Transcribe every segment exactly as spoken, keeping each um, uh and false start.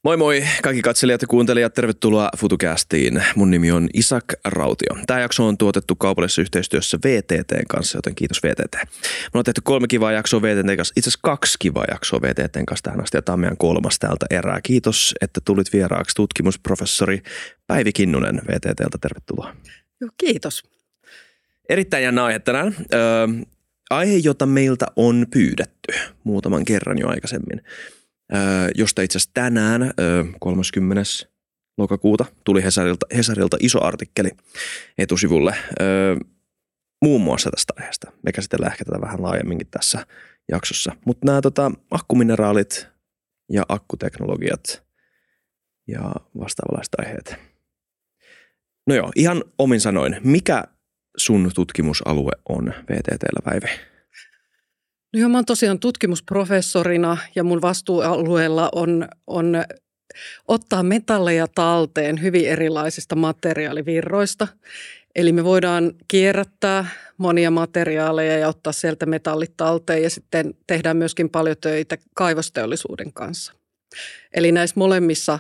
Moi moi kaikki katselijat ja kuuntelijat, tervetuloa FutuCastiin. Mun nimi on Isak Rautio. Tämä jakso on tuotettu kaupallisessa yhteistyössä V T T:n kanssa, joten kiitos V T T. Me on tehty kolme kivaa jaksoa V T T:n kanssa, itse asiassa kaksi kivaa jaksoa V T T:n kanssa tähän asti ja tämä on meidän kolmas tältä erää. Kiitos, että tulit vieraaksi tutkimusprofessori Päivi Kinnunen V T T:ltä, tervetuloa. Joo, kiitos. Erittäin jännä aihe tänään. Öö, aihe, jota meiltä on pyydetty muutaman kerran jo aikaisemmin. Öö, josta itse asiassa tänään öö, kolmaskymmenes lokakuuta tuli Hesarilta, Hesarilta iso artikkeli etusivulle öö, muun muassa tästä aiheesta. Me käsitellään ehkä tätä vähän laajemminkin tässä jaksossa. Mutta nämä tota, akkumineraalit ja akkuteknologiat ja vastaavanlaiset aiheet. No joo, ihan omin sanoin, mikä sun tutkimusalue on V T T:llä, Päivi? No joo, mä oon tosiaan tutkimusprofessorina ja mun vastuualueella on, on ottaa metalleja talteen hyvin erilaisista materiaalivirroista. Eli me voidaan kierrättää monia materiaaleja ja ottaa sieltä metallit talteen ja sitten tehdään myöskin paljon töitä kaivosteollisuuden kanssa. Eli näissä molemmissa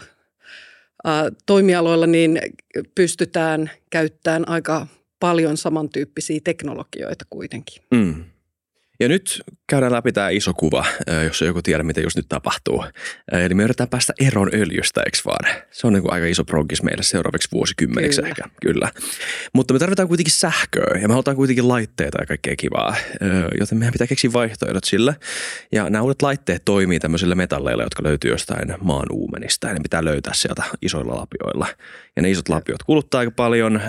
ä, toimialoilla niin pystytään käyttämään aika paljon samantyyppisiä teknologioita kuitenkin. Mm. Ja nyt käydään läpi tämä iso kuva, jos joku tiedä, mitä just nyt tapahtuu. Eli me yritetään päästä eroon öljystä, eikö vaan? Se on niin kuin aika iso progress meille seuraavaksi vuosikymmeniksi Kyllä. ehkä, kyllä. Mutta me tarvitaan kuitenkin sähköä ja me halutaan kuitenkin laitteita ja kaikkea kivaa, joten meidän pitää keksiä vaihtoehdot sille. Ja nämä uudet laitteet toimii tämmöisillä metalleilla, jotka löytyy jostain maan uumenista. Ja ne pitää löytää sieltä isoilla lapioilla. Ja ne isot lapiot kuluttaa aika paljon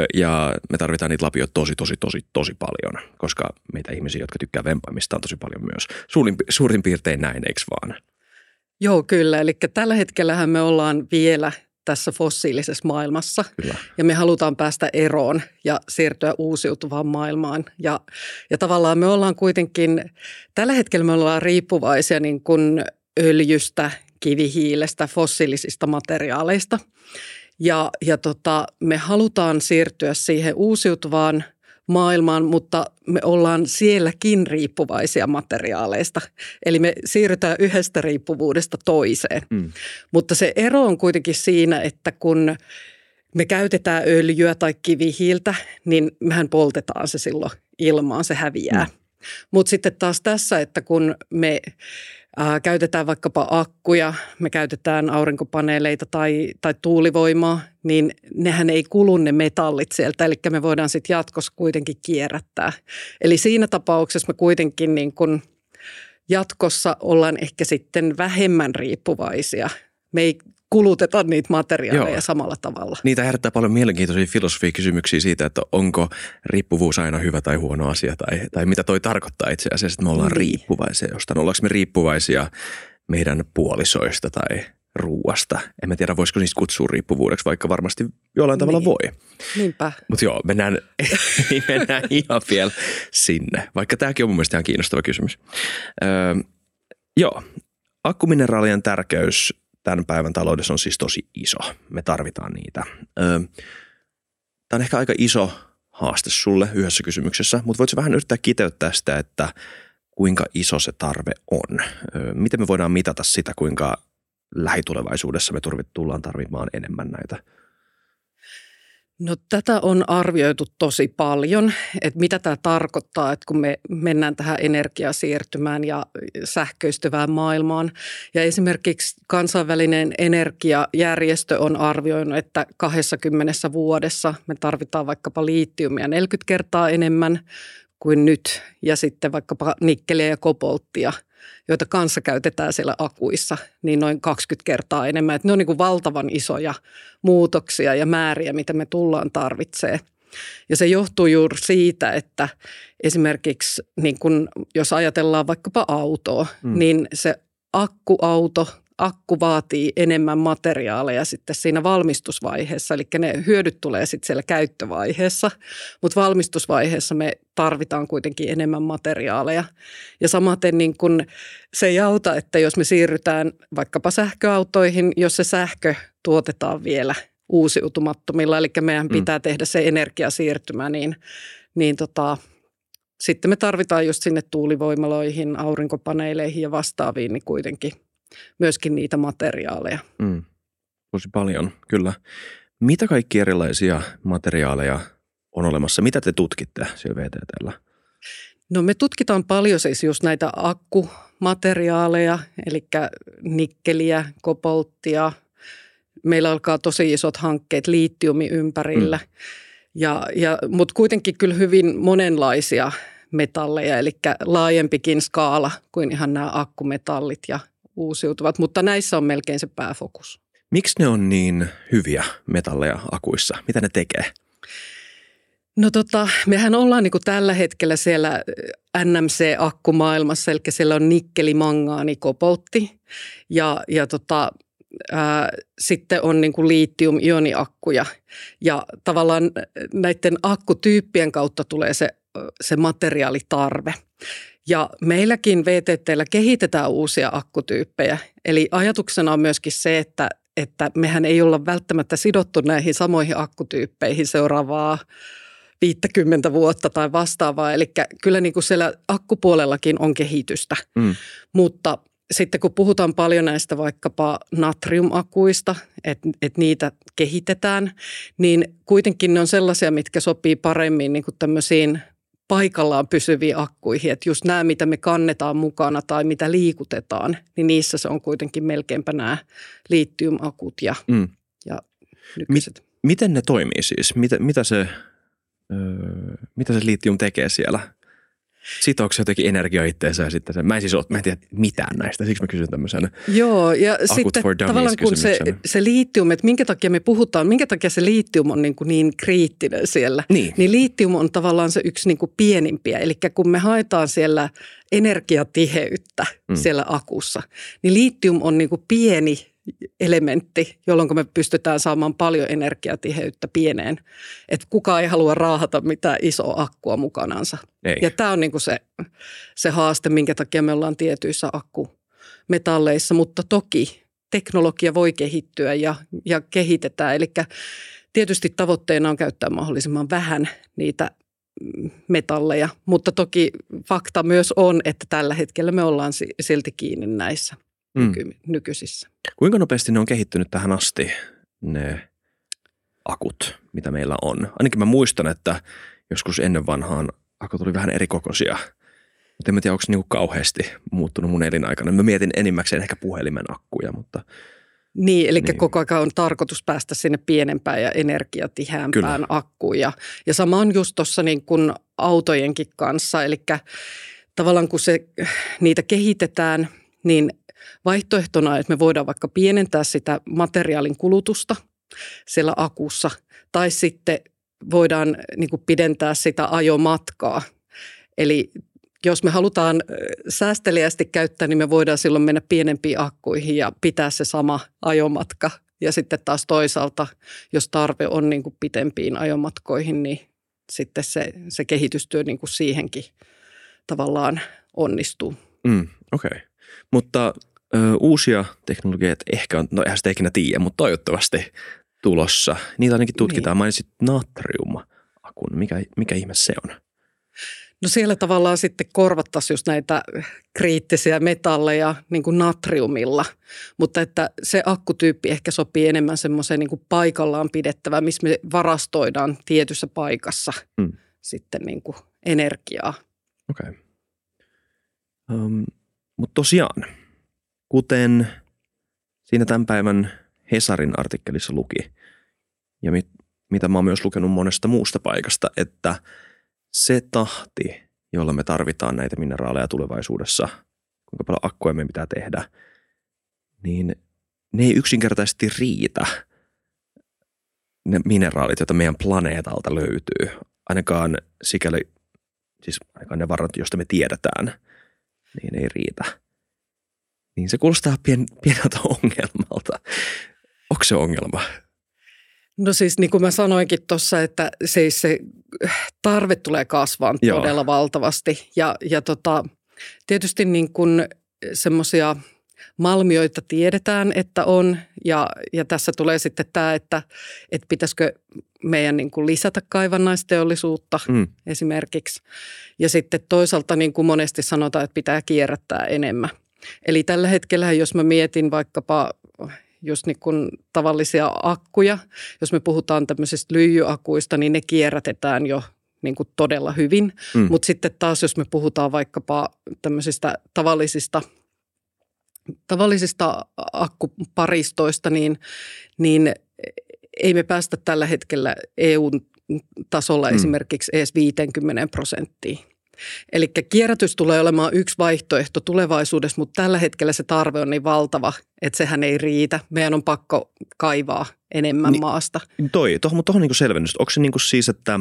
ja me tarvitaan niitä lapioita tosi, tosi, tosi, tosi paljon, koska meitä ihmisiä, jotka tykkää vempaimista on tosi paljon myös. Suurin, suurin piirtein näin, eikö vaan? Joo, kyllä. Eli tällä hetkellähän me ollaan vielä tässä fossiilisessa maailmassa. Kyllä. Ja me halutaan päästä eroon ja siirtyä uusiutuvaan maailmaan. Ja, ja tavallaan me ollaan kuitenkin, tällä hetkellä me ollaan riippuvaisia niin kuin öljystä, kivihiilestä, fossiilisista materiaaleista. Ja, ja tota, me halutaan siirtyä siihen uusiutuvaan maailmaan, mutta me ollaan sielläkin riippuvaisia materiaaleista. Eli me siirrytään yhdestä riippuvuudesta toiseen. Mm. Mutta se ero on kuitenkin siinä, että kun me käytetään öljyä tai kivihiiltä, niin mehän poltetaan se silloin ilmaan, se häviää. Mm. Mutta sitten taas tässä, että kun me ää, käytetään vaikkapa akkuja, me käytetään aurinkopaneeleita tai, tai tuulivoimaa, niin nehän ei kulu ne metallit sieltä, eli me voidaan sitten jatkossa kuitenkin kierrättää. Eli siinä tapauksessa me kuitenkin niin kun jatkossa ollaan ehkä sitten vähemmän riippuvaisia. Me ei kuluteta niitä materiaaleja Joo. samalla tavalla. Niitä herättää paljon mielenkiintoisia filosofikysymyksiä siitä, että onko riippuvuus aina hyvä tai huono asia, tai, tai mitä toi tarkoittaa itse asiassa, että me ollaan niin. riippuvaisia jostain. Ollaanko me riippuvaisia meidän puolisoista tai ruuasta? En mä tiedä, voisiko niistä kutsua riippuvuudeksi, vaikka varmasti jollain niin. tavalla voi. Niinpä. Mutta joo, mennään, mennään ihan vielä sinne, vaikka tämäkin on mun mielestä ihan kiinnostava kysymys. Öö, joo, akkumineraalien tärkeys tämän päivän taloudessa on siis tosi iso. Me tarvitaan niitä. Öö, tämä on ehkä aika iso haaste sulle yhdessä kysymyksessä, mutta voitko vähän yrittää kiteyttää sitä, että kuinka iso se tarve on? Öö, miten me voidaan mitata sitä, kuinka lähitulevaisuudessa me tullaan tarvimaan enemmän näitä? No tätä on arvioitu tosi paljon, että mitä tämä tarkoittaa, että kun me mennään tähän energiasiirtymään ja sähköistyvään maailmaan. Ja esimerkiksi kansainvälinen energiajärjestö on arvioinut, että kaksikymmentä vuodessa me tarvitaan vaikkapa liittiumia neljäkymmentä kertaa enemmän kuin nyt ja sitten vaikkapa nikkeliä ja kobolttia, joita kanssa käytetään siellä akuissa, niin noin kaksikymmentä kertaa enemmän. Että ne on niin kuin valtavan isoja muutoksia ja määriä, mitä me tullaan tarvitsee. Ja se johtuu juuri siitä, että esimerkiksi niin kun, jos ajatellaan vaikkapa autoa, mm. niin se akkuauto, akku vaatii enemmän materiaaleja sitten siinä valmistusvaiheessa. Eli ne hyödyt tulee sitten siellä käyttövaiheessa, mutta valmistusvaiheessa me tarvitaan kuitenkin enemmän materiaaleja. Ja samaten niin kun se ei auta, että jos me siirrytään vaikkapa sähköautoihin, jos se sähkö tuotetaan vielä uusiutumattomilla, eli meidän pitää mm. tehdä se energiasiirtymä, niin, niin tota, sitten me tarvitaan just sinne tuulivoimaloihin, aurinkopaneeleihin ja vastaaviin niin kuitenkin myöskin niitä materiaaleja. Mm. Tosi paljon, kyllä. Mitä kaikki erilaisia materiaaleja on olemassa? Mitä te tutkitte siellä V T T:llä? No me tutkitaan paljon siis just näitä akkumateriaaleja, eli nikkeliä, kobolttia. Meillä alkaa tosi isot hankkeet liittiumin ympärillä, mm. ja, ja, mutta kuitenkin kyllä hyvin monenlaisia metalleja, eli laajempikin skaala kuin ihan nämä akkumetallit ja uusiutuvat, mutta näissä on melkein se pääfokus. Miksi ne on niin hyviä metalleja akuissa? Mitä ne tekee? No tota, mehän ollaan niin kuin tällä hetkellä siellä N M C-akkumaailmassa, eli siellä on nikkeli, mangaani, koboltti ja, ja tota, ää, sitten on niin kuin liittium-ioniakkuja ja tavallaan näiden akkutyyppien kautta tulee se, se materiaalitarve. Ja meilläkin V T T:llä kehitetään uusia akkutyyppejä, eli ajatuksena on myöskin se, että, että mehän ei olla välttämättä sidottu näihin samoihin akkutyyppeihin seuraavaa viisikymmentä vuotta tai vastaavaa. Eli kyllä niin kuin siellä akkupuolellakin on kehitystä, mm. mutta sitten kun puhutaan paljon näistä vaikkapa natriumakuista, että, että niitä kehitetään, niin kuitenkin ne on sellaisia, mitkä sopii paremmin niin kuin tämmöisiin paikallaan pysyviin akkuihin. Että just nämä, mitä me kannetaan mukana tai mitä liikutetaan, niin niissä se on kuitenkin melkeinpä nämä liittiumakut ja, mm. ja nykyiset. Miten ne toimii siis? Mitä, mitä se... Öö, mitä se liittium tekee siellä? Sitooko se jotenkin energiaa itseensä ja sitten se, mä en siis ole, mä en tiedä mitään näistä, siksi mä kysyn tämmöisen Joo, ja sitten tavallaan kun se, se liittium, että minkä takia me puhutaan, minkä takia se liittium on niin, kuin niin kriittinen siellä, niin. niin liittium on tavallaan se yksi niin kuin pienimpiä, eli kun me haetaan siellä energiatiheyttä mm. siellä akussa, niin liittium on niin kuin pieni elementti, jolloin me pystytään saamaan paljon energiatiheyttä pieneen. Että kukaan ei halua raahata mitään isoa akkua mukanansa. Ei. Ja tämä on niinku se, se haaste, minkä takia me ollaan tietyissä akkumetalleissa. Mutta toki teknologia voi kehittyä ja, ja kehitetään. Eli tietysti tavoitteena on käyttää mahdollisimman vähän niitä metalleja. Mutta toki fakta myös on, että tällä hetkellä me ollaan silti kiinni näissä. Nyky- nykyisissä. Kuinka nopeasti ne on kehittynyt tähän asti, ne akut, mitä meillä on? Ainakin mä muistan, että joskus ennen vanhaan akut oli vähän eri kokoisia. Mutta en mä tiedä, onko se niinku kauheasti muuttunut mun elinaikana. Mä mietin enimmäkseen ehkä puhelimen akkuja, mutta... Niin, eli niin. Koko ajan on tarkoitus päästä sinne pienempään ja energiatihäämpään Kyllä. akkuun. Ja, ja sama on just tuossa niin kuin autojenkin kanssa. Eli tavallaan kun se, niitä kehitetään, niin vaihtoehtona, että me voidaan vaikka pienentää sitä materiaalin kulutusta siellä akussa tai sitten voidaan niin kuin pidentää sitä ajomatkaa. Eli jos me halutaan säästeliästi käyttää, niin me voidaan silloin mennä pienempiin akkuihin ja pitää se sama ajomatka. Ja sitten taas toisaalta, jos tarve on niin kuin pitempiin ajomatkoihin, niin sitten se, se kehitystyö niin kuin siihenkin tavallaan onnistuu. Mm, Okei, okay. Mutta ö, uusia teknologioita ehkä on, no eihän sitä ikinä tiedä, mutta toivottavasti tulossa. Niitä ainakin tutkitaan. Niin. Mainitsit natriumakun. Mikä, mikä ihme se on? No siellä tavallaan sitten korvattaisiin just näitä kriittisiä metalleja niin kuin natriumilla, mutta että se akkutyyppi ehkä sopii enemmän semmoiseen niin kuin paikallaan pidettävään, missä me varastoidaan tietyssä paikassa hmm. sitten niin kuin energiaa. Okei. Okay. Um, mutta tosiaan, kuten siinä tämän päivän Hesarin artikkelissa luki ja mit, mitä mä oon myös lukenut monesta muusta paikasta, että se tahti, jolla me tarvitaan näitä mineraaleja tulevaisuudessa, kuinka paljon akkuja meidän pitää tehdä, niin ne ei yksinkertaisesti riitä, ne mineraalit, joita meidän planeetalta löytyy. Ainakaan sikäli, siis ainakaan ne varat, joista me tiedetään, niin ei riitä. Niin se kuulostaa pien, pieneltä ongelmalta. Onko se ongelma? No siis niin kuin mä sanoinkin tuossa, että siis se tarve tulee kasvaan Joo. todella valtavasti ja, ja tota, tietysti niin kuin semmoisia malmioita tiedetään, että on ja, ja tässä tulee sitten tämä, että, että pitäisikö meidän niin kuin lisätä kaivannaisteollisuutta mm. esimerkiksi ja sitten toisaalta niin kuin monesti sanotaan, että pitää kierrättää enemmän. Eli tällä hetkellä, jos mä mietin vaikkapa just niin kuin tavallisia akkuja, jos me puhutaan tämmöisistä lyijyakuista, niin ne kierrätetään jo niin kuin todella hyvin. Mm. Mutta sitten taas, jos me puhutaan vaikkapa tämmöisistä tavallisista, tavallisista akkuparistoista, niin, niin ei me päästä tällä hetkellä E U-tasolla mm. esimerkiksi edes viisikymmentä prosenttia. Eli kierrätys tulee olemaan yksi vaihtoehto tulevaisuudessa, mutta tällä hetkellä se tarve on niin valtava, että sehän ei riitä. Meidän on pakko kaivaa enemmän niin, maasta. Toi, tohon, mutta tuohon niin selvennys. Onko se niin kuin siis, että,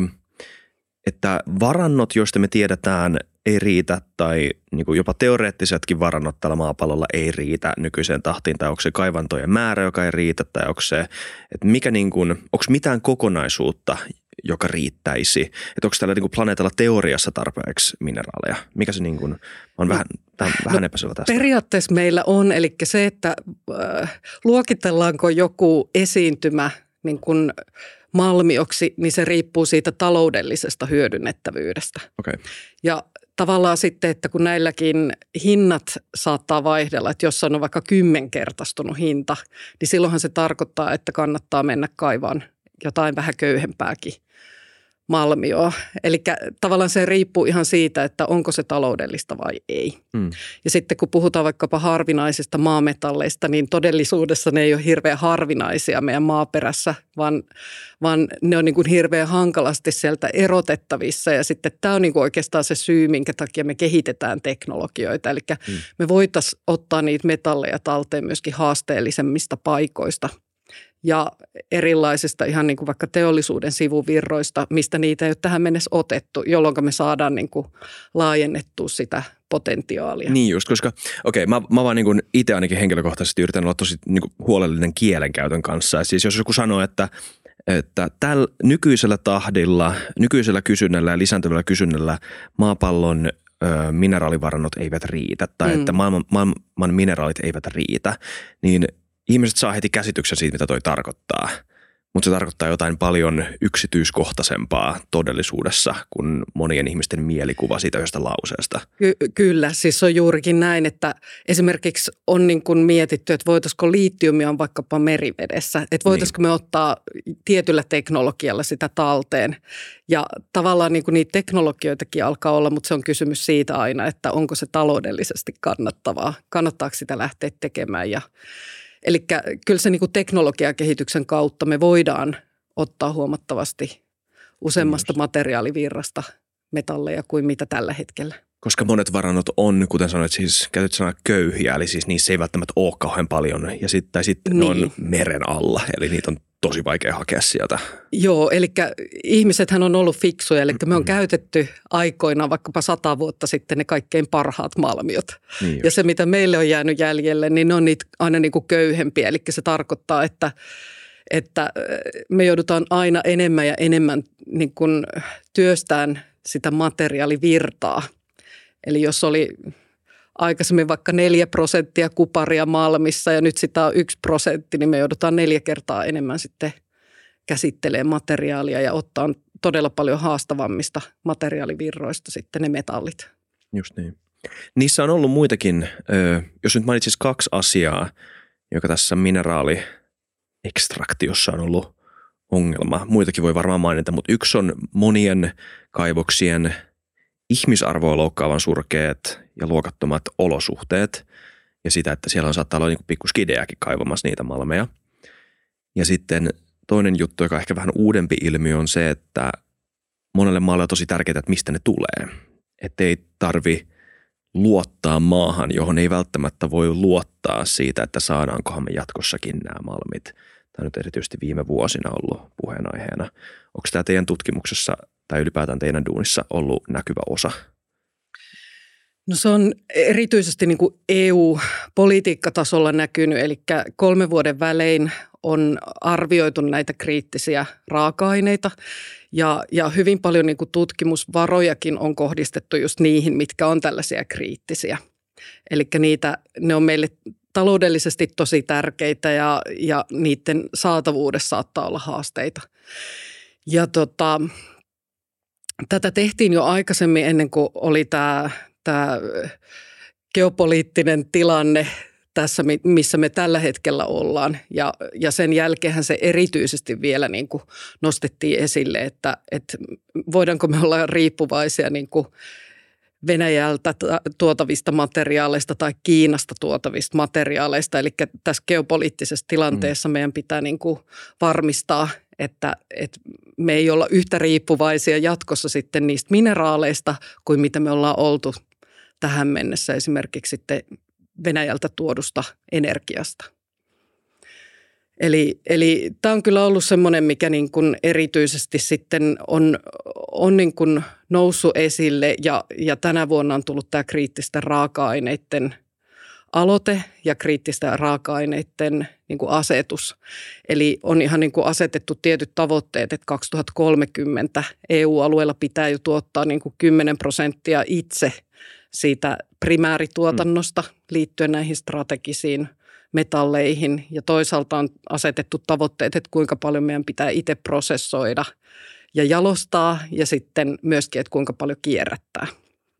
että varannot, joista me tiedetään, ei riitä tai niin kuin jopa teoreettisetkin varannot tällä maapallolla ei riitä nykyiseen tahtiin, tai onko se kaivantojen määrä, joka ei riitä, tai onko se, että mikä niin kuin, onko mitään kokonaisuutta, joka riittäisi, että onko tällä niin kuin planeetalla teoriassa tarpeeksi mineraaleja? Mikä se niin kuin, on vähän, no, vähän epäselvä tästä. Periaatteessa meillä on, eli se, että äh, luokitellaanko joku esiintymä niin kuin malmioksi, niin se riippuu siitä taloudellisesta hyödynnettävyydestä. Okay. Ja tavallaan sitten, että kun näilläkin hinnat saattaa vaihdella, että jos on vaikka kymmenkertaistunut hinta, niin silloinhan se tarkoittaa, että kannattaa mennä kaivaan jotain vähän köyhempääkin malmioa. Eli tavallaan se riippuu ihan siitä, että onko se taloudellista vai ei. Mm. Ja sitten kun puhutaan vaikkapa harvinaisista maametalleista, niin todellisuudessa ne ei ole hirveän harvinaisia meidän maaperässä, vaan, vaan ne on niin kuin hirveän hankalasti sieltä erotettavissa. Ja sitten tämä on niin kuin oikeastaan se syy, minkä takia me kehitetään teknologioita. Eli mm. me voitaisiin ottaa niitä metalleja talteen myöskin haasteellisemmista paikoista ja erilaisista ihan niin kuin vaikka teollisuuden sivuvirroista, mistä niitä ei ole tähän mennessä otettu, jolloin me saadaan niin kuin laajennettua sitä potentiaalia. Niin just, koska okei, okay, mä, mä vaan niin kuin itse ainakin henkilökohtaisesti yritän olla tosi niin kuin huolellinen kielenkäytön kanssa. Ja siis jos joku sanoo, että, että tällä nykyisellä tahdilla, nykyisellä kysynnällä ja lisääntyvällä kysynnällä maapallon ö, mineraalivarannot eivät riitä tai mm. että maailman, maailman mineraalit eivät riitä, niin ihmiset saa heti käsityksen siitä, mitä toi tarkoittaa, mutta se tarkoittaa jotain paljon yksityiskohtaisempaa todellisuudessa kuin monien ihmisten mielikuva siitä yhdestä lauseesta. Ky- kyllä, siis on juurikin näin, että esimerkiksi on niin kuin mietitty, että voitaisiko liittiumia on vaikkapa merivedessä, että voitaisiko niin. me ottaa tietyllä teknologialla sitä talteen. Ja tavallaan niin kuin niitä teknologioitakin alkaa olla, mutta se on kysymys siitä aina, että onko se taloudellisesti kannattavaa, kannattaako sitä lähteä tekemään ja eli kyllä se niin kuin teknologiakehityksen kautta me voidaan ottaa huomattavasti useammasta Just. materiaalivirrasta metalleja kuin mitä tällä hetkellä. Koska monet varannot on, kuten sanoit, siis käytit sanaa köyhiä, eli siis niissä ei välttämättä ole kauhean paljon ja sitten tai sit niin. ne on meren alla, eli niitä on tosi vaikea hakea sieltä. Joo, eli ihmisethän on ollut fiksuja, eli me on mm. käytetty aikoinaan vaikkapa sata vuotta sitten ne kaikkein parhaat malmiot. Niin ja se, mitä meille on jäänyt jäljelle, niin ne on niitä aina niin kuin köyhempiä, eli se tarkoittaa, että, että me joudutaan aina enemmän ja enemmän niin kuin työstään sitä materiaalivirtaa. Eli jos oli aikaisemmin vaikka neljä prosenttia kuparia malmissa ja nyt sitä on yksi prosentti, niin me joudutaan neljä kertaa enemmän sitten käsittelemään materiaalia ja ottaa todella paljon haastavammista materiaalivirroista sitten ne metallit. Just niin. Niissä on ollut muitakin, jos nyt mainitsis kaksi asiaa, joka tässä mineraaliekstraktiossa on ollut ongelma. Muitakin voi varmaan mainita, mutta yksi on monien kaivoksien ihmisarvoa loukkaavan surkeat ja luokattomat olosuhteet ja sitä, että siellä on saattaa olla niin kuin pikkuskidejäkin kaivamassa niitä malmeja. Ja sitten toinen juttu, joka on ehkä vähän uudempi ilmiö, on se, että monelle maalle on tosi tärkeää, että mistä ne tulee. Että ei tarvi luottaa maahan, johon ei välttämättä voi luottaa siitä, että saadaankohan me jatkossakin nämä malmit. Tämä on nyt erityisesti viime vuosina ollut puheenaiheena. Onko tämä teidän tutkimuksessa tai ylipäätään teidän duunissa ollut näkyvä osa? No se on erityisesti niin kuin E U-politiikkatasolla näkynyt, eli kolmen vuoden välein on arvioitu näitä kriittisiä raaka-aineita ja, ja hyvin paljon niin kuin tutkimusvarojakin on kohdistettu just niihin, mitkä on tällaisia kriittisiä. Eli niitä, ne on meille taloudellisesti tosi tärkeitä ja, ja niiden saatavuudessa saattaa olla haasteita. Ja tota, tätä tehtiin jo aikaisemmin ennen kuin oli tämä, tämä geopoliittinen tilanne tässä, missä me tällä hetkellä ollaan. Ja, ja sen jälkeenhän se erityisesti vielä niin kuin nostettiin esille, että, että voidaanko me olla riippuvaisia niin kuin Venäjältä tuotavista materiaaleista tai Kiinasta tuotavista materiaaleista. Eli tässä geopoliittisessa tilanteessa mm. meidän pitää niin kuin varmistaa, että, että me ei olla yhtä riippuvaisia jatkossa sitten niistä mineraaleista kuin mitä me ollaan oltu tähän mennessä esimerkiksi sitten Venäjältä tuodusta energiasta. Eli, eli tämä on kyllä ollut semmoinen, mikä niin kuin erityisesti sitten on, on niin kuin noussut esille ja, ja tänä vuonna on tullut tämä kriittisten raaka-aineiden aloite ja kriittisten raaka-aineiden niin kuin asetus. Eli on ihan niin kuin asetettu tietyt tavoitteet, että kaksituhattakolmekymmentä E U-alueella pitää jo tuottaa niin kuin kymmenen prosenttia itse siitä primäärituotannosta liittyen näihin strategisiin metalleihin ja toisaalta on asetettu tavoitteet, että kuinka paljon meidän pitää itse prosessoida ja jalostaa ja sitten myöskin, että kuinka paljon kierrättää.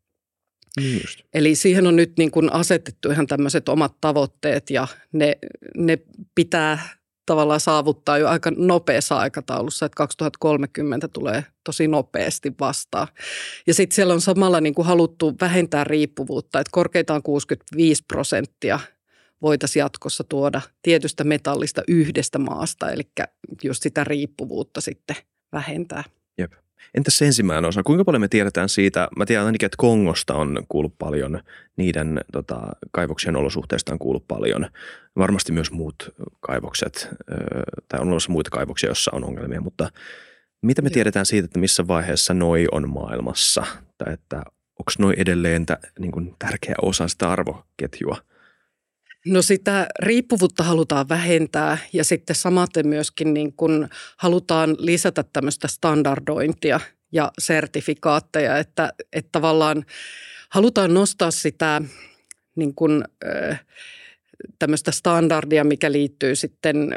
Just. Eli siihen on nyt niin kuin asetettu ihan tämmöiset omat tavoitteet ja ne, ne pitää tavallaan saavuttaa jo aika nopeassa aikataulussa, että kaksituhattakolmekymmentä tulee tosi nopeasti vastaan. Ja sitten siellä on samalla niin kuin haluttu vähentää riippuvuutta, että korkeintaan kuusikymmentäviisi prosenttia voitaisiin jatkossa tuoda tietystä metallista yhdestä maasta, eli just sitä riippuvuutta sitten vähentää. Jep. Entäs se ensimmäinen osa? Kuinka paljon me tiedetään siitä? Mä tiedän ainakin, että Kongosta on kuullut paljon, niiden tota, kaivoksien olosuhteista on kuullut paljon. Varmasti myös muut kaivokset, tai on olemassa muita kaivoksia, joissa on ongelmia, mutta mitä me Joo. tiedetään siitä, että missä vaiheessa noi on maailmassa? Tai että onko noi edelleen tä, niin kuin tärkeä osa sitä arvoketjua? No sitä riippuvuutta halutaan vähentää ja sitten samaten myöskin niin kuin halutaan lisätä tämmöistä standardointia ja sertifikaatteja, että, että tavallaan halutaan nostaa sitä niin kuin, tämmöistä standardia, mikä liittyy sitten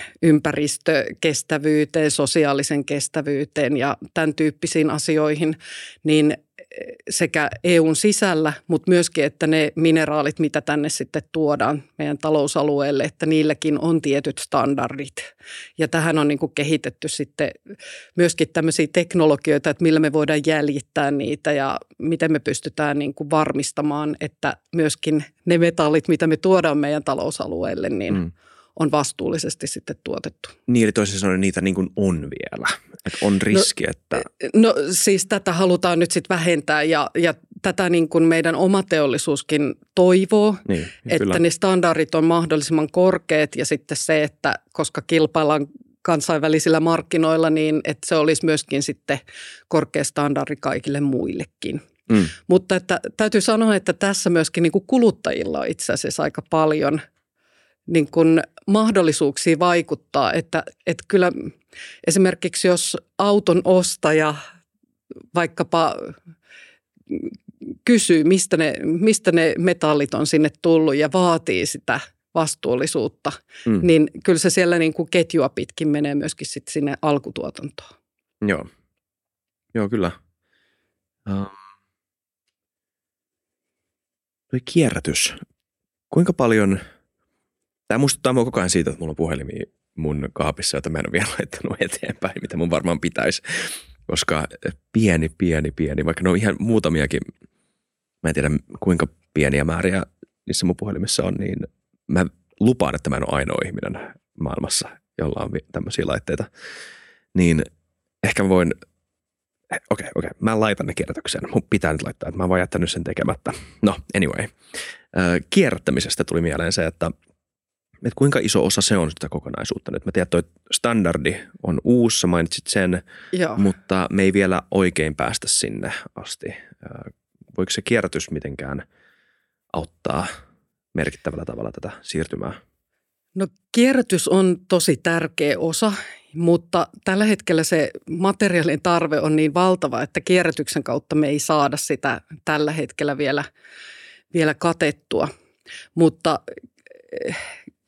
ympäristökestävyyteen, sosiaalisen kestävyyteen ja tämän tyyppisiin asioihin, niin sekä E U:n sisällä, mutta myöskin, että ne mineraalit, mitä tänne sitten tuodaan meidän talousalueelle, että niilläkin on tietyt standardit. Ja tähän on niin kuin kehitetty sitten myöskin tämmöisiä teknologioita, että millä me voidaan jäljittää niitä ja miten me pystytään niin kuin varmistamaan, että myöskin ne metallit, mitä me tuodaan meidän talousalueelle, niin mm. on vastuullisesti sitten tuotettu. Niin, eli toisin sanoen niitä niin kuin on vielä. Että on riski, no, että... No siis tätä halutaan nyt sitten vähentää ja, ja tätä niin kuin meidän oma teollisuuskin toivoo, niin, että kyllä. ne standardit on mahdollisimman korkeat ja sitten se, että koska kilpaillaan kansainvälisillä markkinoilla, niin että se olisi myöskin sitten korkea standardi kaikille muillekin. Mm. Mutta että, täytyy sanoa, että tässä myöskin niin kuin kuluttajilla on itse asiassa aika paljon niin kuin mahdollisuuksia vaikuttaa, että, että kyllä esimerkiksi jos auton ostaja vaikkapa kysyy, mistä ne, mistä ne metallit on sinne tullut ja vaatii sitä vastuullisuutta, mm. niin kyllä se siellä niin kuin ketjua pitkin menee myöskin sitten sinne alkutuotantoon. Joo, Joo kyllä. Uh, toi kierrätys. Kuinka paljon... Tämä muistuttaa minua koko ajan siitä, että mulla on puhelimia mun kaapissa, jota mä en ole vielä laittanut eteenpäin, mitä mun varmaan pitäisi. Koska pieni, pieni, pieni, vaikka ne on ihan muutamiakin, mä en tiedä kuinka pieniä määriä niissä mun puhelimissa on, niin mä lupaan, että mä en ole ainoa ihminen maailmassa, jolla on tämmöisiä laitteita. Niin ehkä mä voin, okei, okay, okei, okay, mä laitan ne kierrätykseen. Mun pitää nyt laittaa, että mä oon vaan jättänyt sen tekemättä. No, anyway. Kierrättämisestä tuli mieleen se, että että kuinka iso osa se on sitä kokonaisuutta nyt. Mä tiedän, että toi standardi on uusi, sä mainitsit sen, Joo. mutta me ei vielä oikein päästä sinne asti. Voiko se kierrätys mitenkään auttaa merkittävällä tavalla tätä siirtymää? No kierrätys on tosi tärkeä osa, mutta tällä hetkellä se materiaalin tarve on niin valtava, että kierrätyksen kautta me ei saada sitä tällä hetkellä vielä, vielä katettua. Mutta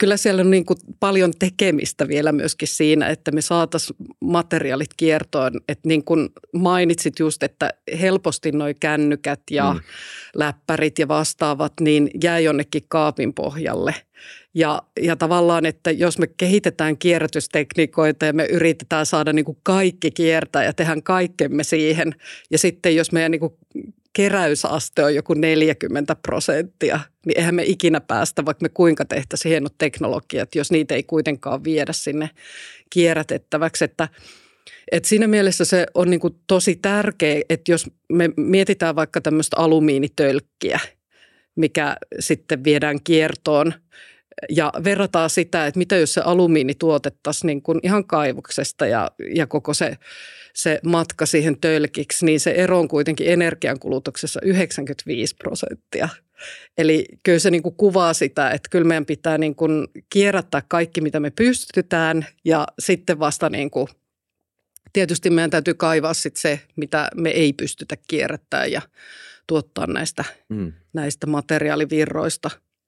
kyllä siellä on niin kuin paljon tekemistä vielä myöskin siinä, että me saataisiin materiaalit kiertoon. Että niin kuin mainitsit just, että helposti noi kännykät ja mm. läppärit ja vastaavat, niin jää jonnekin kaapin pohjalle. Ja, ja tavallaan, että jos me kehitetään kierrätystekniikoita ja me yritetään saada niin kuin kaikki kiertää ja tehdään kaikkemme siihen. Ja sitten jos meidän niin kuin keräysaste on joku neljäkymmentä prosenttia, niin eihän me ikinä päästä, vaikka me kuinka tehtäisiin hienot teknologiat, jos niitä ei kuitenkaan viedä sinne kierrätettäväksi. Että, että siinä mielessä se on niin kuin tosi tärkeä, että jos me mietitään vaikka tämmöistä alumiinitölkkiä, mikä sitten viedään kiertoon, ja verrataan sitä, että mitä jos se alumiini tuotettaisiin niin kuin ihan kaivoksesta ja, ja koko se, se matka siihen tölkiksi, niin se ero on kuitenkin energiankulutuksessa yhdeksänkymmentäviisi prosenttia. Eli kyllä se niin kuin kuvaa sitä, että kyllä meidän pitää niin kuin kierrättää kaikki, mitä me pystytään ja sitten vasta niin kuin, tietysti meidän täytyy kaivaa sitten se, mitä me ei pystytä kierrättämään ja tuottaa näistä, mm. näistä materiaalivirroista.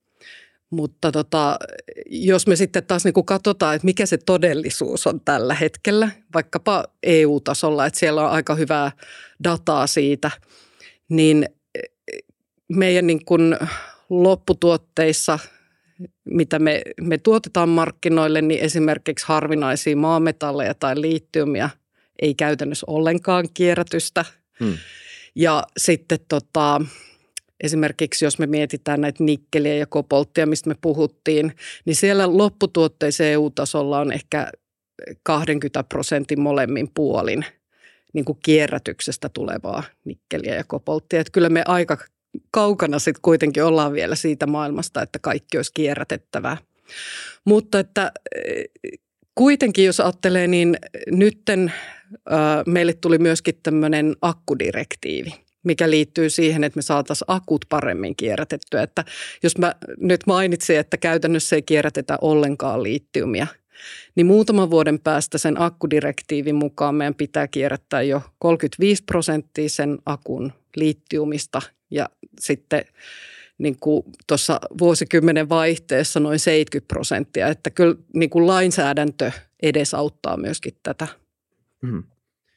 Mutta tota, jos me sitten taas niin kuin katsotaan, että mikä se todellisuus on tällä hetkellä, vaikkapa E U-tasolla, että siellä on aika hyvää dataa siitä, niin meidän niin kuin lopputuotteissa, mitä me, me tuotetaan markkinoille, niin esimerkiksi harvinaisia maametalleja tai liittiumia ei käytännössä ollenkaan kierrätystä. Hmm. Ja sitten tota... Esimerkiksi jos me mietitään näitä nikkeliä ja kobolttia, mistä me puhuttiin, niin siellä lopputuotteissa E U-tasolla on ehkä kaksikymmentä prosentin molemmin puolin niin kuin kierrätyksestä tulevaa nikkeliä ja kobolttia. Että kyllä me aika kaukana sitten kuitenkin ollaan vielä siitä maailmasta, että kaikki olisi kierrätettävää. Mutta että kuitenkin jos ajattelee, niin nytten äh, meille tuli myöskin tämmöinen akkudirektiivi, mikä liittyy siihen, että me saataisiin akut paremmin kierrätettyä. Että jos mä nyt mainitsin, että käytännössä ei kierrätetä ollenkaan liittiumia, niin muutaman vuoden päästä sen akkudirektiivin mukaan meidän pitää kierrättää jo kolmekymmentäviisi prosenttia sen akun liittiumista ja sitten niin kuin tuossa vuosikymmenen vaihteessa noin seitsemänkymmentä prosenttia. Että kyllä niin kuin lainsäädäntö edesauttaa myöskin tätä. Mm.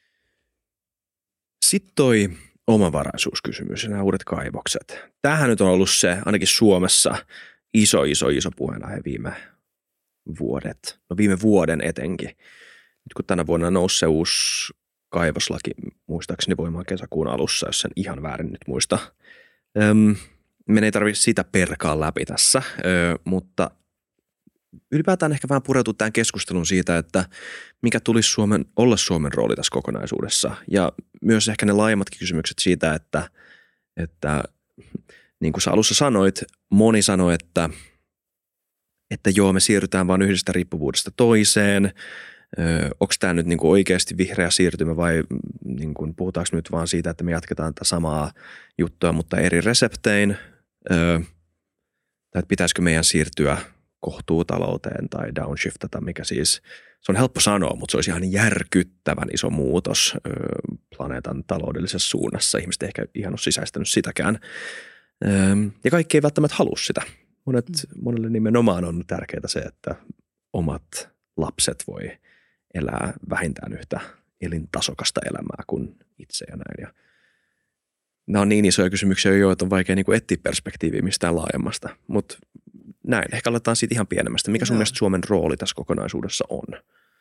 Sitten toi omavaraisuuskysymys ja nämä uudet kaivokset. Tämähän nyt on ollut se, ainakin Suomessa, iso, iso, iso puheenaihe viime vuodet. No viime vuoden etenkin. Nyt kun tänä vuonna nousi se uusi kaivoslaki, muistaakseni voimaan kesäkuun alussa, jos sen ihan väärin nyt muista. Öm, meidän ei tarvitse sitä perkaa läpi tässä, ö, mutta ylipäätään ehkä vähän pureutua tämän keskustelun siitä, että mikä tulisi Suomen, olla Suomen rooli tässä kokonaisuudessa. Ja myös ehkä ne laajemmatkin kysymykset siitä, että, että niin kuin sä alussa sanoit, moni sanoi, että, että joo, me siirrytään vain yhdestä riippuvuudesta toiseen. Onko tämä nyt niin kuin oikeasti vihreä siirtymä vai niin kuin puhutaanko nyt vaan siitä, että me jatketaan tätä samaa juttua, mutta eri reseptein? Öö, tai että pitäisikö meidän siirtyä kohtuutalouteen tai downshiftata, mikä siis, se on helppo sanoa, mutta se olisi ihan järkyttävän iso muutos ö, planeetan taloudellisessa suunnassa. Ihmiset ei ehkä ihan ole sisäistänyt sitäkään. Ö, ja kaikki ei välttämättä halua sitä. Monet, mm. Monelle nimenomaan on tärkeää se, että omat lapset voi elää vähintään yhtä elintasokasta elämää kuin itse ja näin. Ja nämä on niin isoja kysymyksiä, joita on vaikea niin kuin etsiä perspektiiviä mistään laajemmasta, mutta näin. Ehkä aletaan siitä ihan pienemmästä. Mikä sun Joo. mielestä Suomen rooli tässä kokonaisuudessa on?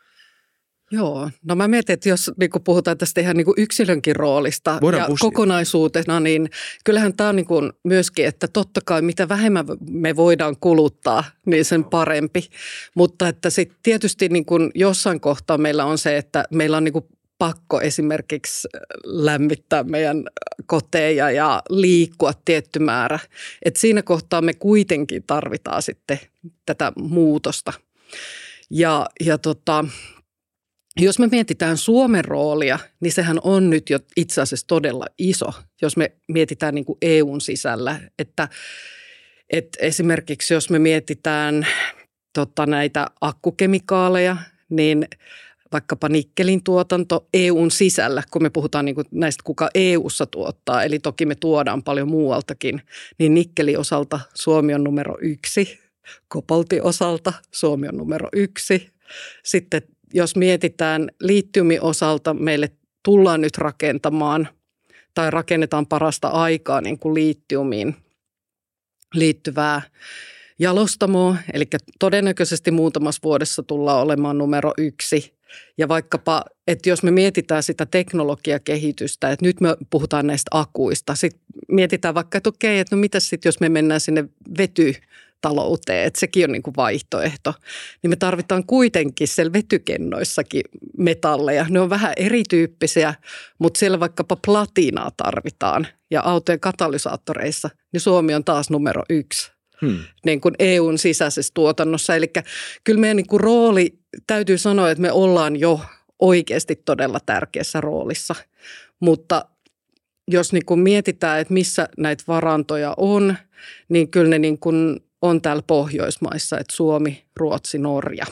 Joo, no mä mietin, että jos niin puhutaan tästä ihan niin yksilönkin roolista Voidaan ja pussia. Kokonaisuutena, niin kyllähän tämä on niin myöskin, että totta kai mitä vähemmän me voidaan kuluttaa, niin sen parempi. Mutta että sitten tietysti niin jossain kohtaa meillä on se, että meillä on niin pakko esimerkiksi lämmittää meidän koteja ja liikkua tietty määrä. Et siinä kohtaa me kuitenkin tarvitaan sitten tätä muutosta. Ja, ja tota, jos me mietitään Suomen roolia, niin sehän on nyt jo itse asiassa todella iso, jos me mietitään niin kuin E U:n sisällä. Että, että esimerkiksi jos me mietitään tota, näitä akkukemikaaleja, niin vaikkapa nikkelin tuotanto E U:n sisällä, kun me puhutaan niin kuin näistä, kuka E U:ssa tuottaa, eli toki me tuodaan paljon muualtakin, niin nikkelin osalta Suomi on numero yksi. Koboltin osalta Suomi on numero yksi. Sitten jos mietitään litiumin osalta, meille tullaan nyt rakentamaan tai rakennetaan parasta aikaa niin kuin litiumiin liittyvää jalostamoa. Eli todennäköisesti muutamassa vuodessa tullaan olemaan numero yksi. Ja vaikkapa, että jos me mietitään sitä teknologiakehitystä, että nyt me puhutaan näistä akuista, sitten mietitään vaikka, että okei, että no mitäs sitten, jos me mennään sinne vetytalouteen, että sekin on niin kuin vaihtoehto, niin me tarvitaan kuitenkin siellä vetykennoissakin metalleja. Ne on vähän erityyppisiä, mutta siellä vaikkapa platinaa tarvitaan ja autojen katalysaattoreissa, niin Suomi on taas numero yksi. Hmm. Niin kuin E U:n sisäisessä tuotannossa. Eli kyllä meidän niin kuin rooli, täytyy sanoa, että me ollaan jo oikeasti todella tärkeässä roolissa. Mutta jos niin kuin mietitään, että missä näitä varantoja on, niin kyllä ne niin kuin on täällä Pohjoismaissa, että Suomi, Ruotsi, Norja.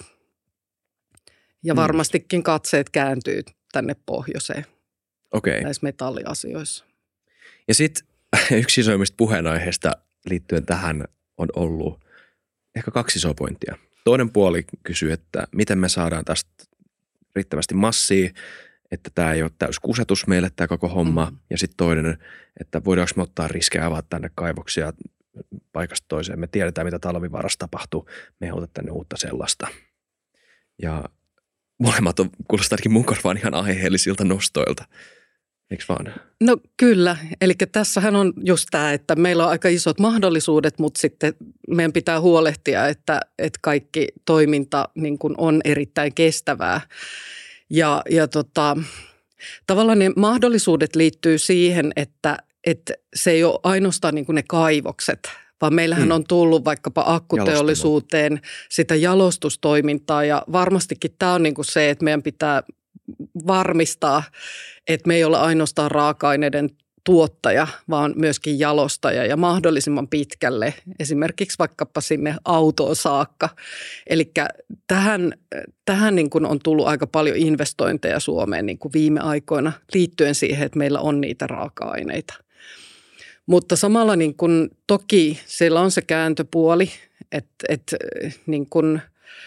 Ja varmastikin katseet kääntyy tänne pohjoiseen okay. näissä metalliasioissa. Ja sitten yksi isoimmista puheenaiheista liittyen tähän on ollut ehkä kaksi isoa pointtia. Toinen puoli kysyy, että miten me saadaan tästä riittävästi massia, että tämä ei ole täys kusetus meille tämä koko homma. Mm. Ja sitten toinen, että voidaanko me ottaa riskejä avata tänne kaivoksia paikasta toiseen. Me tiedetään, mitä Talvivaarassa tapahtuu. Me ei ota tänne uutta sellaista. Ja molemmat on kuulostaa ainakin mun korvaan ihan aiheellisilta nostoilta. Eikö vaan? No kyllä. Eli tässähän on just tämä, että meillä on aika isot mahdollisuudet, mutta sitten meidän pitää huolehtia, että, että kaikki toiminta niin kuin on erittäin kestävää. Ja, ja tota, tavallaan ne mahdollisuudet liittyy siihen, että, että se ei ole ainoastaan niin kuin ne kaivokset, vaan meillähän mm. on tullut vaikkapa akkuteollisuuteen Jalostamo. Sitä jalostustoimintaa ja varmastikin tämä on niin kuin se, että meidän pitää varmistaa, että me ei olla ainoastaan raaka-aineiden tuottaja, vaan myöskin jalostaja ja mahdollisimman pitkälle, esimerkiksi vaikkapa sinne autoon saakka. Eli tähän, tähän niin kuin on tullut aika paljon investointeja Suomeen niin kuin viime aikoina liittyen siihen, että meillä on niitä raaka-aineita. Mutta samalla niin kuin, toki siellä on se kääntöpuoli, että, että niin kuin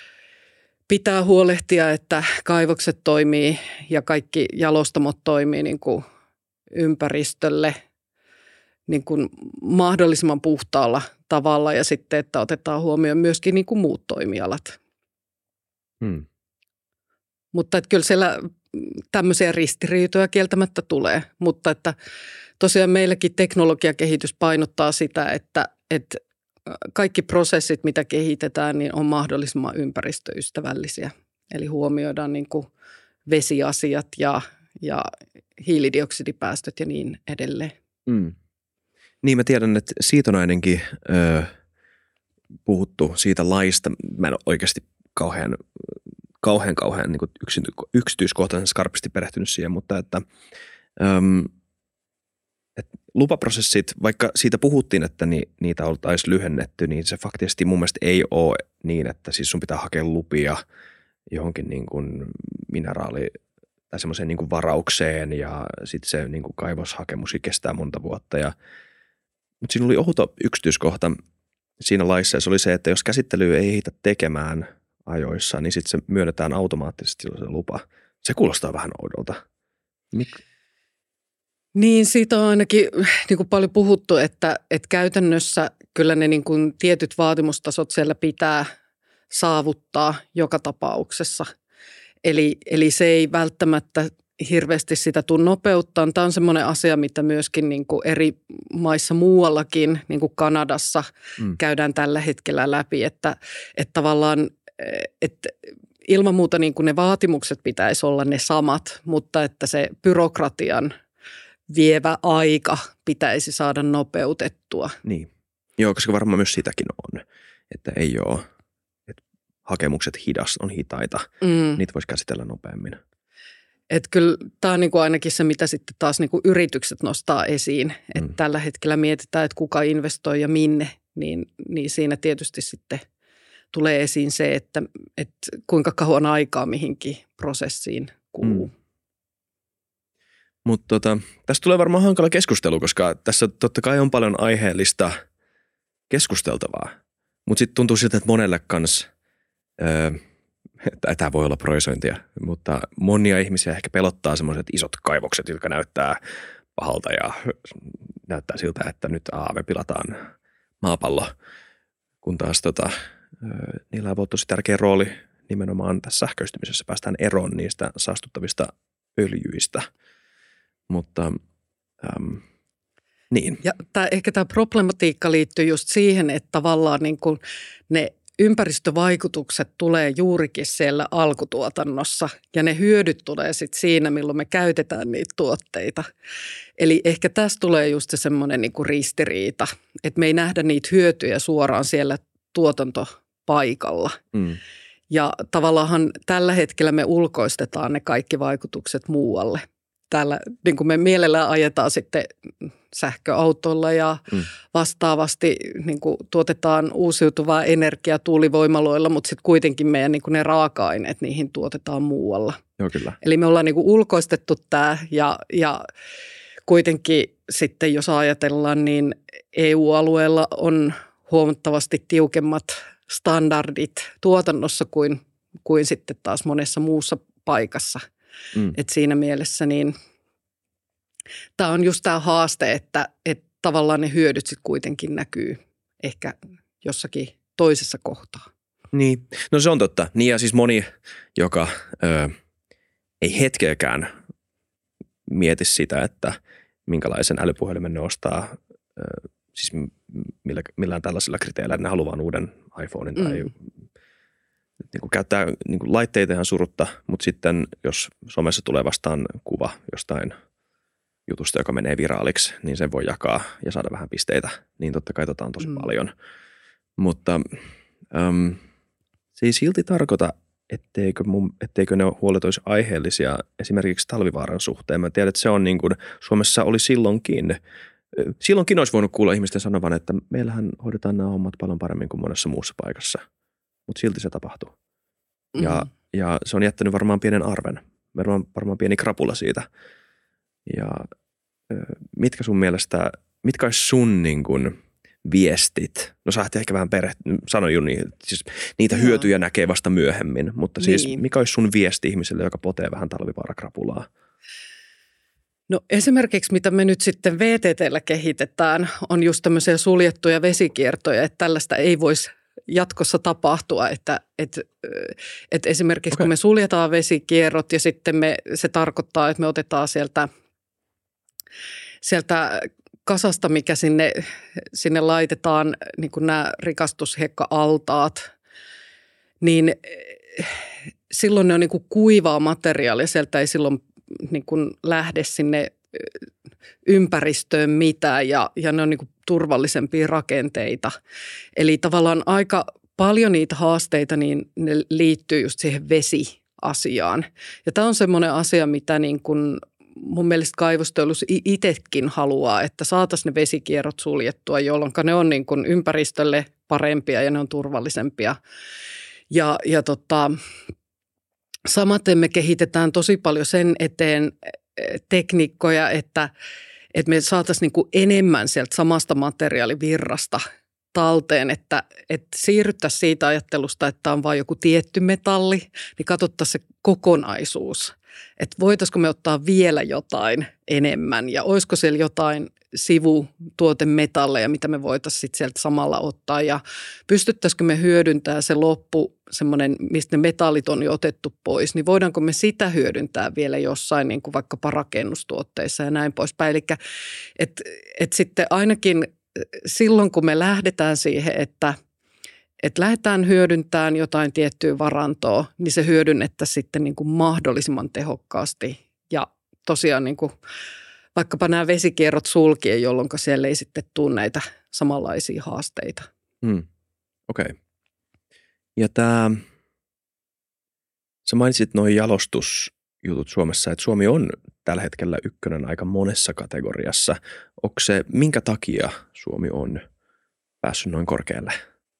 pitää huolehtia, että kaivokset toimii ja kaikki jalostamot toimii niin kuin ympäristölle niin kuin mahdollisimman puhtaalla tavalla ja sitten, että otetaan huomioon myöskin niin kuin muut toimialat. Hmm. Mutta että kyllä siellä tämmöisiä ristiriitoja kieltämättä tulee, mutta että tosiaan meilläkin teknologiakehitys painottaa sitä, että, että kaikki prosessit, mitä kehitetään, niin on mahdollisimman ympäristöystävällisiä. Eli huomioidaan niin kuin vesiasiat ja, ja hiilidioksidipäästöt ja niin edelleen. Mm. Niin mä tiedän, että Siitonainenkin ö, puhuttu siitä laista. Mä en ole oikeasti kauhean, kauhean, kauhean niin kuin yksityiskohtaisen skarpisti perehtynyt siihen, mutta että Öm, Et lupaprosessit, vaikka siitä puhuttiin, että ni, niitä oltaisiin lyhennetty, niin se faktisesti mun mielestä ei ole niin, että siis sun pitää hakea lupia johonkin niin kuin mineraali- tai semmoiseen niin kuin varaukseen ja sitten se niin kuin kaivoshakemus kestää monta vuotta. Ja, mutta siinä oli outo yksityiskohta siinä laissa ja se oli se, että jos käsittely ei ehditä tekemään ajoissa, niin sitten se myönnetään automaattisesti se lupa. Se kuulostaa vähän oudolta. Mik? Niin, siitä on ainakin niin kuin paljon puhuttu, että, että käytännössä kyllä ne niin kuin tietyt vaatimustasot siellä pitää saavuttaa joka tapauksessa. Eli, eli se ei välttämättä hirveästi sitä tule nopeuttaa. Tämä on semmoinen asia, mitä myöskin niin kuin eri maissa muuallakin, niin kuin Kanadassa, mm. käydään tällä hetkellä läpi, että, että tavallaan että ilman muuta niin kuin ne vaatimukset pitäisi olla ne samat, mutta että se byrokratian vievä aika pitäisi saada nopeutettua. Niin. Joo, koska varmaan myös sitäkin on, että ei ole, että hakemukset hidas, on hitaita, mm. niitä voisi käsitellä nopeammin. Että kyllä tämä on niinku ainakin se, mitä sitten taas niinku yritykset nostaa esiin, että mm. tällä hetkellä mietitään, että kuka investoi ja minne, niin, niin siinä tietysti sitten tulee esiin se, että, että kuinka kauan aikaa mihinkin prosessiin kuluu. Mm. Mutta tota, tästä tulee varmaan hankala keskustelu, koska tässä totta kai on paljon aiheellista keskusteltavaa. Mutta sitten tuntuu siltä, että monelle kanssa, tämä voi olla projisointia, mutta monia ihmisiä ehkä pelottaa semmoiset isot kaivokset, jotka näyttää pahalta ja näyttää siltä, että nyt aa, me pilataan maapallo, kun taas tota, niillä on tosi tärkeä rooli nimenomaan tässä sähköistymisessä. Päästään eroon niistä saastuttavista öljyistä, mutta äm, niin. Ja tää, ehkä tämä problematiikka liittyy just siihen, että tavallaan niin kuin ne ympäristövaikutukset tulee juurikin siellä alkutuotannossa ja ne hyödyt tulee sitten siinä, milloin me käytetään niitä tuotteita. Eli ehkä tässä tulee just se semmoinen niin kuin ristiriita, että me ei nähdä niitä hyötyjä suoraan siellä tuotantopaikalla. Mm. Ja tavallaan tällä hetkellä me ulkoistetaan ne kaikki vaikutukset muualle. Täällä niin kuin me mielellään ajetaan sitten sähköautoilla ja mm. vastaavasti niin kuin tuotetaan uusiutuvaa energiaa tuulivoimaloilla, mutta sitten kuitenkin meidän niin kuin ne raaka-aineet, niihin tuotetaan muualla. Joo, kyllä. Eli me ollaan niin kuin ulkoistettu tämä ja, ja kuitenkin sitten jos ajatellaan, niin E U-alueella on huomattavasti tiukemmat standardit tuotannossa kuin, kuin sitten taas monessa muussa paikassa. Mm. Et siinä mielessä niin tämä on just tämä haaste, että, että tavallaan ne hyödyt sitten kuitenkin näkyy ehkä jossakin toisessa kohtaa. Niin, no se on totta. Niin ja siis moni, joka ö, ei hetkeäkään mieti sitä, että minkälaisen älypuhelimen ne ostaa, ö, siis millä, millään tällaisilla kriteereillä ne haluaa uuden iPhonein tai mm. niin kuin käyttää niin kuin laitteita ihan surutta, mutta sitten jos somessa tulee vastaan kuva jostain jutusta, joka menee viraaliksi, niin sen voi jakaa ja saada vähän pisteitä, niin totta kai tota on tosi mm. paljon. Mutta äm, se ei silti tarkoita, etteikö, mun, etteikö ne huolet olisi aiheellisia esimerkiksi talvivaaran suhteen. Mä tiedän, että se on niin kuin Suomessa oli silloinkin. Silloinkin olisi voinut kuulla ihmisten sanovan, että meillähän hoidetaan nämä hommat paljon paremmin kuin monessa muussa paikassa. Mutta silti se tapahtuu. Mm-hmm. Ja, ja se on jättänyt varmaan pienen arven. Varmaan, varmaan pieni krapula siitä. Ja mitkä sun mielestä, mitkä olisi sun niin kuin viestit? No sä ehkä vähän perehtyä, sano jo niin, siis niitä Joo. hyötyjä näkee vasta myöhemmin. Mutta siis niin. Mikä olisi sun viesti ihmiselle, joka potee vähän talvivaarakrapulaa? No esimerkiksi mitä me nyt sitten V T T:llä kehitetään, on just tämmöisiä suljettuja vesikiertoja, että tällaista ei voisi jatkossa tapahtua, että, että, että esimerkiksi okay. kun me suljetaan vesikierrot ja sitten me, se tarkoittaa, että me otetaan sieltä, sieltä kasasta, mikä sinne, sinne laitetaan, niin kuin nämä rikastushekka-altaat, niin silloin ne on niin kuin kuivaa materiaalia, sieltä ei silloin niin kuin lähde sinne ympäristöön mitään ja, ja ne on niin kuin turvallisempia rakenteita. Eli tavallaan aika paljon niitä haasteita, niin ne liittyy just siihen vesiasiaan. Ja tämä on semmoinen asia, mitä niin kuin mun mielestä kaivosteollisuus itsekin haluaa, että saataisiin ne vesikierrot suljettua, jolloin ne on niin kuin ympäristölle parempia ja ne on turvallisempia. Ja, ja tota, samaten me kehitetään tosi paljon sen eteen tekniikkoja, että, että me saataisiin niin kuin enemmän sieltä samasta materiaalivirrasta talteen, että, että siirryttäisiin siitä ajattelusta, että on vain joku tietty metalli, niin katsottaisiin se kokonaisuus. Että voitaisiko me ottaa vielä jotain enemmän ja olisiko siellä jotain sivutuotemetalleja, mitä me voitaisiin sitten sieltä samalla ottaa ja pystyttäisikö me hyödyntämään se loppu, semmoinen, mistä ne metallit on jo otettu pois, niin voidaanko me sitä hyödyntää vielä jossain niin kuin vaikkapa rakennustuotteissa ja näin poispäin. Eli että et sitten ainakin silloin, kun me lähdetään siihen, että että lähdetään hyödyntämään jotain tiettyä varantoa, niin se hyödynnettäisiin sitten niin kuin mahdollisimman tehokkaasti ja tosiaan niin kuin vaikkapa nämä vesikierrot sulkien, jolloin siellä ei sitten tule näitä samanlaisia haasteita. Hmm. Okei. Okay. Ja tämä, sä mainitsit nuo jalostusjutut Suomessa, että Suomi on tällä hetkellä ykkönen aika monessa kategoriassa. Onko se, minkä takia Suomi on päässyt noin korkealle?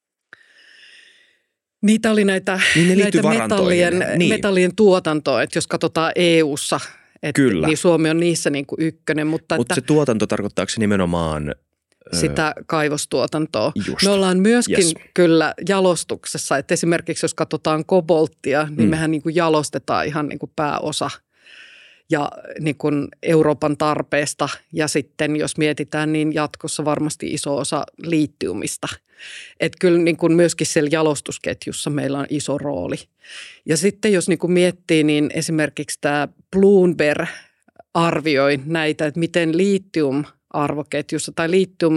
Niitä oli näitä, niin näitä metallien, niin. metallien tuotantoa, että jos katsotaan E U:ssa, että, niin Suomi on niissä niin kuin ykkönen. Mutta Mut että, se tuotanto tarkoittaako se nimenomaan sitä kaivostuotantoa. Just. Me ollaan myöskin Yes. kyllä jalostuksessa, että esimerkiksi jos katsotaan kobolttia, niin Mm. mehän niin kuin jalostetaan ihan niin kuin pääosa ja niin kuin Euroopan tarpeesta. Ja sitten jos mietitään, niin jatkossa varmasti iso osa litiumista. Että kyllä niin kuin myöskin siellä jalostusketjussa meillä on iso rooli. Ja sitten jos niin kuin miettii, niin esimerkiksi tämä Bloomberg arvioi näitä, että miten litium-arvoketjussa tai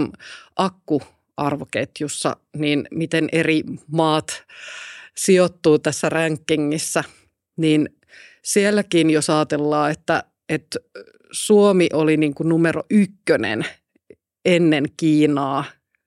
litium-akkuarvoketjussa, niin miten eri maat sijoittuu tässä rankingissa, niin sielläkin jos ajatellaan, että, että Suomi oli niin kuin numero ykkönen ennen Kiinaa,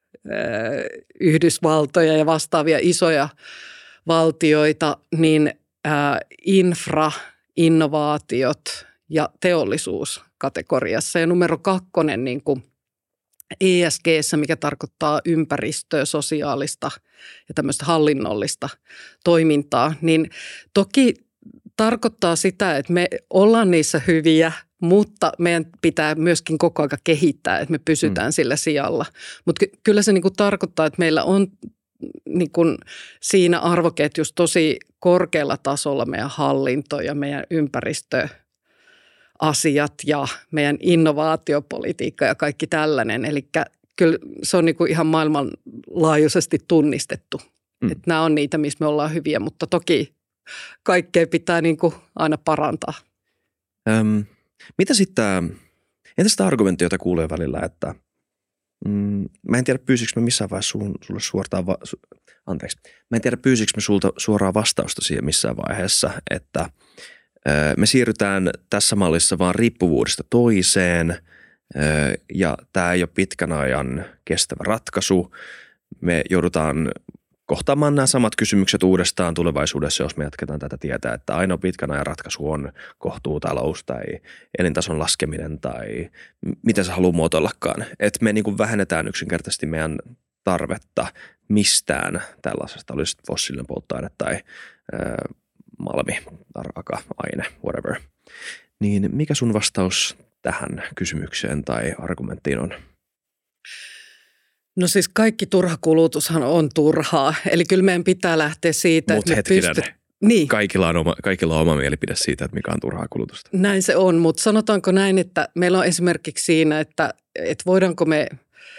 Yhdysvaltoja ja vastaavia isoja valtioita, niin infra, innovaatiot ja teollisuus kategoriassa. Ja numero kakkonen niin kuin E S G:ssä, mikä tarkoittaa ympäristöä, sosiaalista ja tämmöistä hallinnollista toimintaa, niin toki tarkoittaa sitä, että me ollaan niissä hyviä, mutta meidän pitää myöskin koko ajan kehittää, että me pysytään mm. sillä sijalla. Mutta kyllä se niinku tarkoittaa, että meillä on niinku siinä arvoketjussa tosi korkealla tasolla meidän hallinto ja meidän ympäristöasiat ja meidän innovaatiopolitiikka ja kaikki tällainen. Eli kyllä se on niinku ihan maailmanlaajuisesti tunnistettu. Mm. Että nämä on niitä, missä me ollaan hyviä, mutta toki kaikkea pitää niin kuin aina parantaa. Öm, mitä sitten, entä sitä argumenttia, jota kuulee välillä, että mm, mä en tiedä pyysikö mä missään vaiheessa sun, sulle suoraan, va, su, anteeksi, mä en tiedä pyysikö mä sulta suoraan vastausta siihen missään vaiheessa, että ö, me siirrytään tässä mallissa vaan riippuvuudesta toiseen ö, ja tämä ei ole pitkän ajan kestävä ratkaisu. Me joudutaan kohtaamaan nämä samat kysymykset uudestaan tulevaisuudessa, jos me jatketaan tätä tietää, että ainoa pitkän ajan ratkaisu on kohtuutalous tai elintason laskeminen tai mitä se haluaa muotoillakaan. Että me niin kuin vähennetään yksinkertaisesti meidän tarvetta mistään tällaisesta, olisi fossiilinen polttoaine tai äh, malmi, raaka-aine, whatever. Niin mikä sun vastaus tähän kysymykseen tai argumenttiin on? No siis kaikki turha kulutushan on turhaa. Eli kyllä meidän pitää lähteä siitä, Mut että me pystyt... Niin. Kaikilla on, oma, kaikilla on oma mielipide siitä, että mikä on turhaa kulutusta. Näin se on, mutta sanotaanko näin, että meillä on esimerkiksi siinä, että, että voidaanko me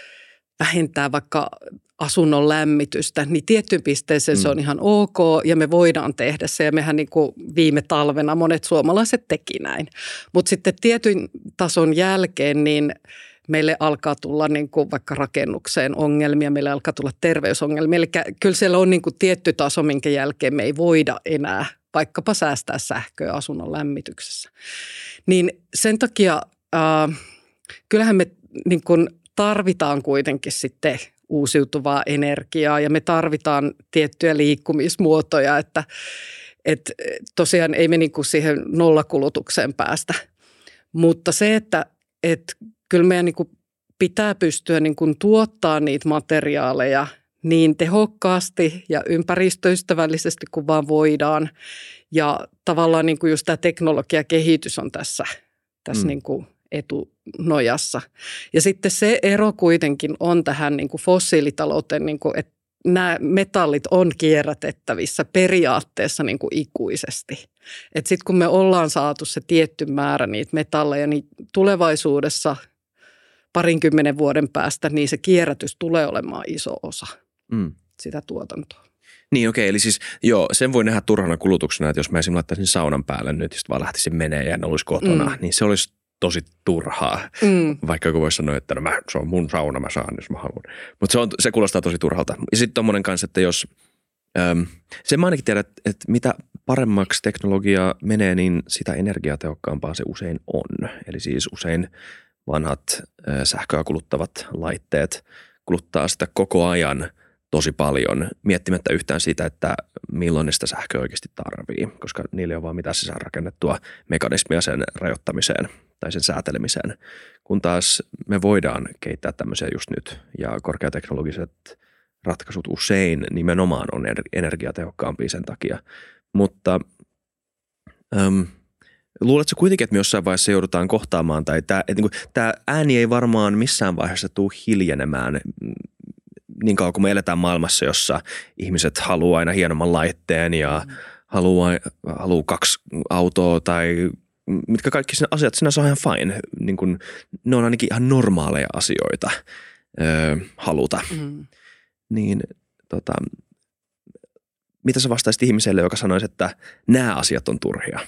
vähentää vaikka asunnon lämmitystä, niin tiettyyn pisteeseen mm. se on ihan ok ja me voidaan tehdä se ja mehän niin kuin viime talvena monet suomalaiset teki näin. Mutta sitten tietyn tason jälkeen niin meille alkaa tulla niin kuin vaikka rakennukseen ongelmia, meille alkaa tulla terveysongelmia. Eli kyllä siellä on niin kuin tietty taso, minkä jälkeen me ei voida enää vaikkapa säästää sähköä asunnon lämmityksessä. Niin sen takia äh, kyllähän me niin kuin tarvitaan kuitenkin sitten uusiutuvaa energiaa ja me tarvitaan tiettyjä liikkumismuotoja, että, että tosiaan ei me niin kuin siihen nollakulutukseen päästä. Mutta se, että, että kyllä meidän niin kuin pitää pystyä niin kuin tuottaa niitä materiaaleja niin tehokkaasti ja ympäristöystävällisesti kuin vaan voidaan. Ja tavallaan niin kuin just tämä teknologiakehitys on tässä, tässä mm. niin kuin etunojassa. Ja sitten se ero kuitenkin on tähän niin kuin fossiilitalouteen, niin kuin, että nämä metallit on kierrätettävissä periaatteessa niin kuin ikuisesti. Että sitten kun me ollaan saatu se tietty määrä niitä metalleja, niin tulevaisuudessa parinkymmenen vuoden päästä niin se kierrätys tulee olemaan iso osa mm. sitä tuotantoa. Niin okei, eli siis joo, sen voi nähdä turhana kulutuksena, että jos mä esimerkiksi laittaisin saunan päälle nyt ja sitten vaan lähtisin menee ja en olisi kotona, mm. niin se olisi tosi turhaa. Mm. Vaikka joku voisi sanoa, että no mä, se on mun sauna, mä saan, jos mä haluan. Mutta se, se kuulostaa tosi turhalta. Ja sitten tommoinen kanssa, että jos, äm, sen mä ainakin tiedän, että, että mitä paremmaksi teknologia menee, niin sitä energiatehokkaampaa se usein on. Eli siis usein vanhat äh, sähköä kuluttavat laitteet kuluttaa sitä koko ajan tosi paljon, miettimättä yhtään siitä, että milloin ne sitä sähköä oikeasti tarvii, koska niillä ei ole vaan mitään sisäänrakennettua mekanismia sen rajoittamiseen tai sen säätelemiseen, kun taas me voidaan kehittää tämmöisiä just nyt ja korkeateknologiset ratkaisut usein nimenomaan on energiatehokkaampia sen takia, mutta äm, luuletko kuitenkin, että me jossain vaiheessa joudutaan kohtaamaan, tai tämä, että niin kuin, tämä ääni ei varmaan missään vaiheessa tule hiljenemään niin kauan kuin me eletään maailmassa, jossa ihmiset haluaa aina hienomman laitteen ja mm. haluaa, haluaa kaksi autoa tai mitkä kaikki sen asiat sinänsä on ihan fine. Niin kuin, ne on ainakin ihan normaaleja asioita öö, haluta. Mm. Niin tota, mitä sä vastaisit ihmiselle, joka sanoisi, että nämä asiat on turhia?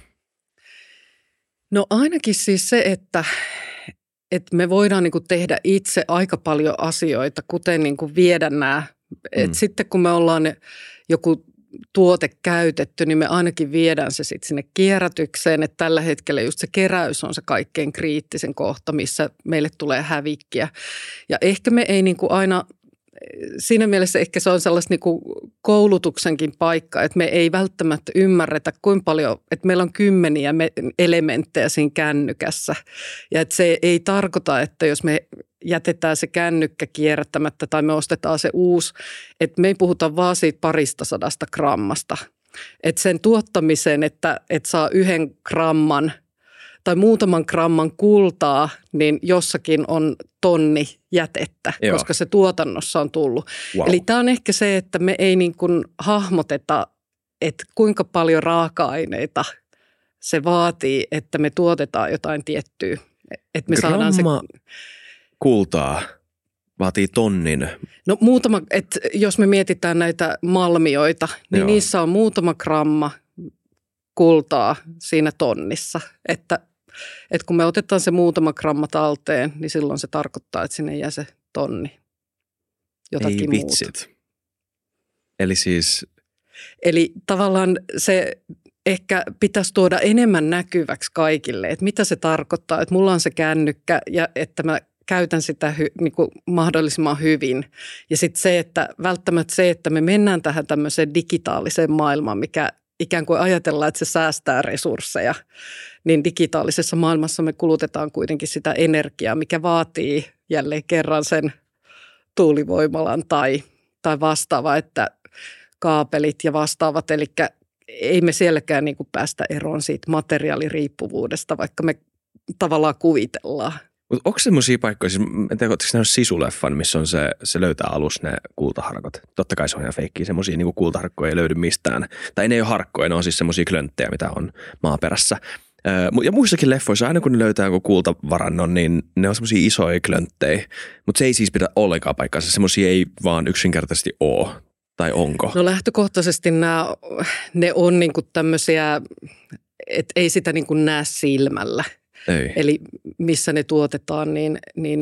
No ainakin siis se, että, että me voidaan niin kuin tehdä itse aika paljon asioita, kuten niin kuin viedä nämä. Mm. Et sitten kun me ollaan joku tuote käytetty, niin me ainakin viedään se sitten sinne kierrätykseen. Että tällä hetkellä just se keräys on se kaikkein kriittisen kohta, missä meille tulee hävikkiä. Ja ehkä me ei niin kuin aina, siinä mielessä ehkä se on sellaista niin kuin koulutuksenkin paikka, että me ei välttämättä ymmärretä, kuinka paljon, että meillä on kymmeniä elementtejä siinä kännykässä. Ja että se ei tarkoita, että jos me jätetään se kännykkä kierrättämättä tai me ostetaan se uusi, että me ei puhuta vaan siitä parista sadasta grammasta. Että sen tuottamiseen, että, että saa yhden gramman tai muutaman gramman kultaa, niin jossakin on tonni jätettä, Joo. koska se tuotannossa on tullut. Wow. Eli tämä on ehkä se, että me ei niin kuin hahmoteta, että kuinka paljon raaka-aineita se vaatii, että me tuotetaan jotain tiettyä. Että me Gramma saadaan se kultaa vaatii tonnin. No muutama, että jos me mietitään näitä malmioita, niin Joo. niissä on muutama gramma kultaa siinä tonnissa. Että, että kun me otetaan se muutama gramma talteen, niin silloin se tarkoittaa, että sinne jää se tonni jotakin Ei vitsit. muuta. Eli siis... Eli tavallaan se ehkä pitäisi tuoda enemmän näkyväksi kaikille, että mitä se tarkoittaa, että mulla on se kännykkä ja että mä käytän sitä hy, niin kuin mahdollisimman hyvin. Ja sitten se, että välttämättä se, että me mennään tähän tämmöiseen digitaaliseen maailmaan, mikä ikään kuin ajatellaan, että se säästää resursseja, niin digitaalisessa maailmassa me kulutetaan kuitenkin sitä energiaa, mikä vaatii jälleen kerran sen tuulivoimalan tai, tai vastaava, että kaapelit ja vastaavat, eli ei me sielläkään niin kuin päästä eroon siitä materiaaliriippuvuudesta, vaikka me tavallaan kuvitellaan. Mutta onko semmoisia paikkoja, siis en tiedä, oletko nähnyt Sisu-leffan, missä on se, se löytää alus ne kultaharkot. Totta kai se on ihan feikkiä, semmoisia niin kultaharkkoja ei löydy mistään. Tai ne ei ole harkkoja, ne on siis semmoisia klönttejä, mitä on maaperässä. Ja muissakin leffoissa, aina kun ne löytää joku kultavarannon, niin ne on semmoisia isoja klönttejä. Mutta se ei siis pidä ollenkaan paikkaansa, semmoisia ei vaan yksinkertaisesti ole. Tai onko? No lähtökohtaisesti nämä, ne on niin kuin tämmöisiä, että ei sitä niin kuin näe silmällä. Ei. Eli missä ne tuotetaan, niin, niin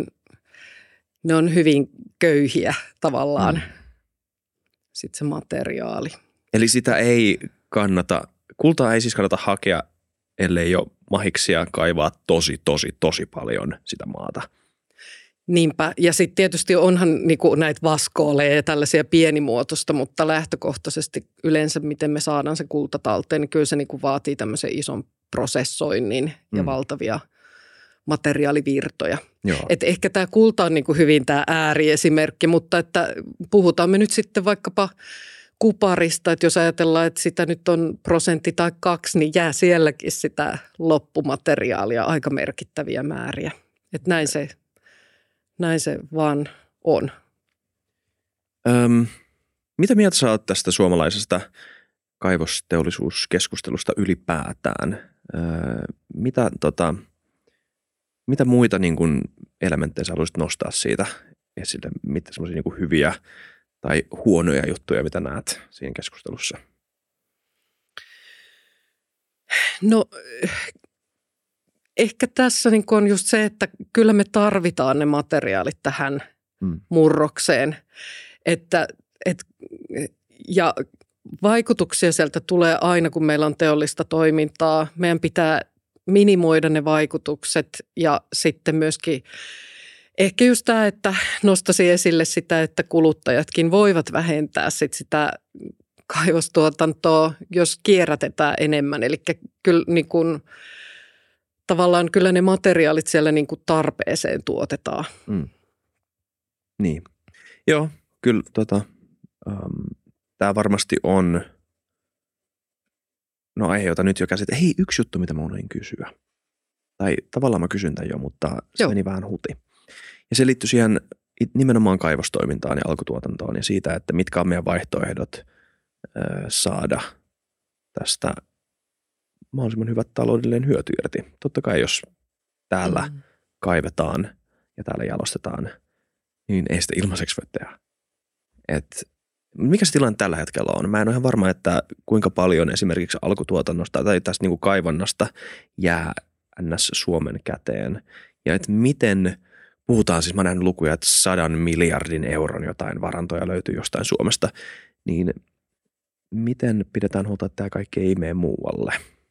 ne on hyvin köyhiä tavallaan mm. sitten se materiaali. Eli sitä ei kannata, kultaa ei siis kannata hakea, ellei ole mahiksia kaivaa tosi, tosi, tosi paljon sitä maata. Niinpä. Ja sitten tietysti onhan niinku näitä vaskooleja ja tällaisia pienimuotoista, mutta lähtökohtaisesti yleensä miten me saadaan se kulta talteen, niin kyllä se niinku vaatii tämmöisen ison prosessoinnin ja mm. valtavia materiaalivirtoja. Et ehkä tämä kulta on niinku hyvin tämä ääriesimerkki, mutta että puhutaan me nyt sitten vaikkapa kuparista, että jos ajatellaan, että sitä nyt on prosentti tai kaksi, niin jää sielläkin sitä loppumateriaalia aika merkittäviä määriä. Että näin se, näin se vaan on. Öm, mitä mieltä sä oot tästä suomalaisesta kaivosteollisuuskeskustelusta ylipäätään? Öö, mitä, tota, mitä muita niin kun elementtejä sä haluaisit nostaa siitä esille? Mitä semmoisia niin kun hyviä tai huonoja juttuja, mitä näet siinä keskustelussa? No ehkä tässä niin on just se, että kyllä me tarvitaan ne materiaalit tähän hmm. murrokseen. Että, et, ja vaikutuksia sieltä tulee aina, kun meillä on teollista toimintaa. Meidän pitää minimoida ne vaikutukset ja sitten myöskin ehkä just tämä, että nostaisin esille sitä, että kuluttajatkin voivat vähentää sit sitä kaivostuotantoa, jos kierrätetään enemmän. Eli kyllä niin kuin, tavallaan kyllä ne materiaalit siellä niin kuin tarpeeseen tuotetaan. Mm. Niin. Joo, kyllä tota, um, tämä varmasti on no aihe, jota nyt jo käsitellään. Hei, yksi juttu, mitä mä unohdin kysyä. Tai tavallaan mä kysyn tämän jo, mutta se Joo. meni vähän huti. Ja se liittyy siihen nimenomaan kaivostoimintaan ja alkutuotantoon ja siitä, että mitkä on meidän vaihtoehdot ö, saada tästä mahdollisimman hyvät taloudellinen hyöty irti. Totta kai jos täällä mm. kaivetaan ja täällä jalostetaan, niin ei sitä ilmaiseksi voi tehdä. Et mikä se tilanne tällä hetkellä on? Mä en ole ihan varma, että kuinka paljon esimerkiksi alkutuotannosta tai tästä niin kuin kaivannasta jää ns. Suomen käteen. Ja että miten, puhutaan siis, mä näen lukuja, että sadan miljardin euron jotain varantoja löytyy jostain Suomesta, niin miten pidetään huolta, että tämä kaikki ei mene muualle?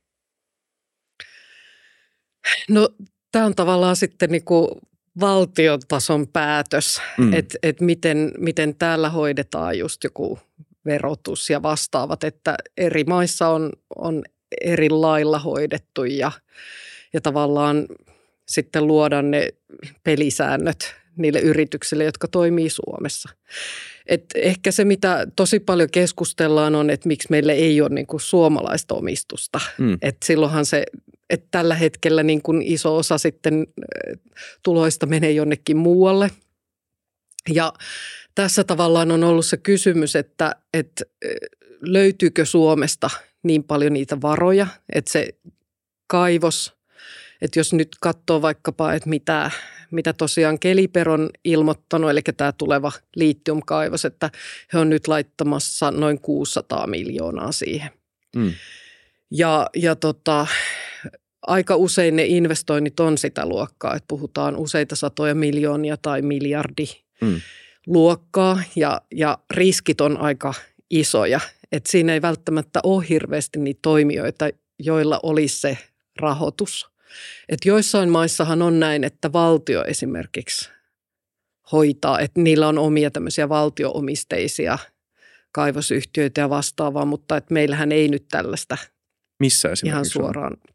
No tämä on tavallaan sitten niin kuin valtiotason päätös, mm. että et miten, miten täällä hoidetaan just joku verotus ja vastaavat, että eri maissa on, on eri lailla hoidettu ja, ja tavallaan sitten luodaan ne pelisäännöt niille yrityksille, jotka toimii Suomessa. Et ehkä se, mitä tosi paljon keskustellaan on, että miksi meillä ei ole niin kuin suomalaista omistusta. Mm. Että silloinhan se, että tällä hetkellä niin kuin iso osa sitten tuloista menee jonnekin muualle. Ja tässä tavallaan on ollut se kysymys, että, että löytyykö Suomesta niin paljon niitä varoja, että se kaivos, että jos nyt katsoo vaikkapa, että mitä, mitä tosiaan Keliber on ilmoittanut, eli tämä tuleva litiumkaivos, että he on nyt laittamassa noin kuusisataa miljoonaa siihen. Mm. Ja, ja tota, aika usein ne investoinnit on sitä luokkaa, että puhutaan useita satoja miljoonia tai miljardi mm. luokkaa ja, ja riskit on aika isoja. Että siinä ei välttämättä ole hirveästi niitä toimijoita, joilla olisi se rahoitus. Että joissain maissahan on näin, että valtio esimerkiksi hoitaa, että niillä on omia tämmöisiä valtio-omisteisia kaivosyhtiöitä ja vastaavaa, mutta että meillähän ei nyt tällaista Missä esimerkiksi ihan suoraan. On?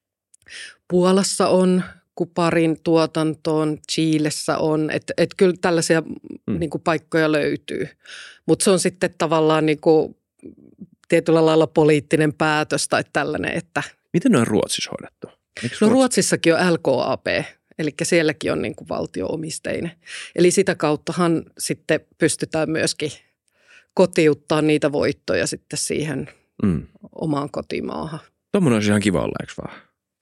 Puolassa on kuparin tuotantoon, Chilessä on, että et kyllä tällaisia mm. niin kuin paikkoja löytyy, mutta se on sitten tavallaan niin kuin tietyllä lailla poliittinen päätös tai tällainen, että. Miten ne on Ruotsissa hoidettu? Eikö no Ruotsi? Ruotsissakin on L K A P, eli sielläkin on niin kuin valtio-omisteinen. Eli sitä kauttahan sitten pystytään myöskin kotiuttaa niitä voittoja sitten siihen mm. omaan kotimaahan. Tuommoinen olisi ihan kiva olla, eikö vaan?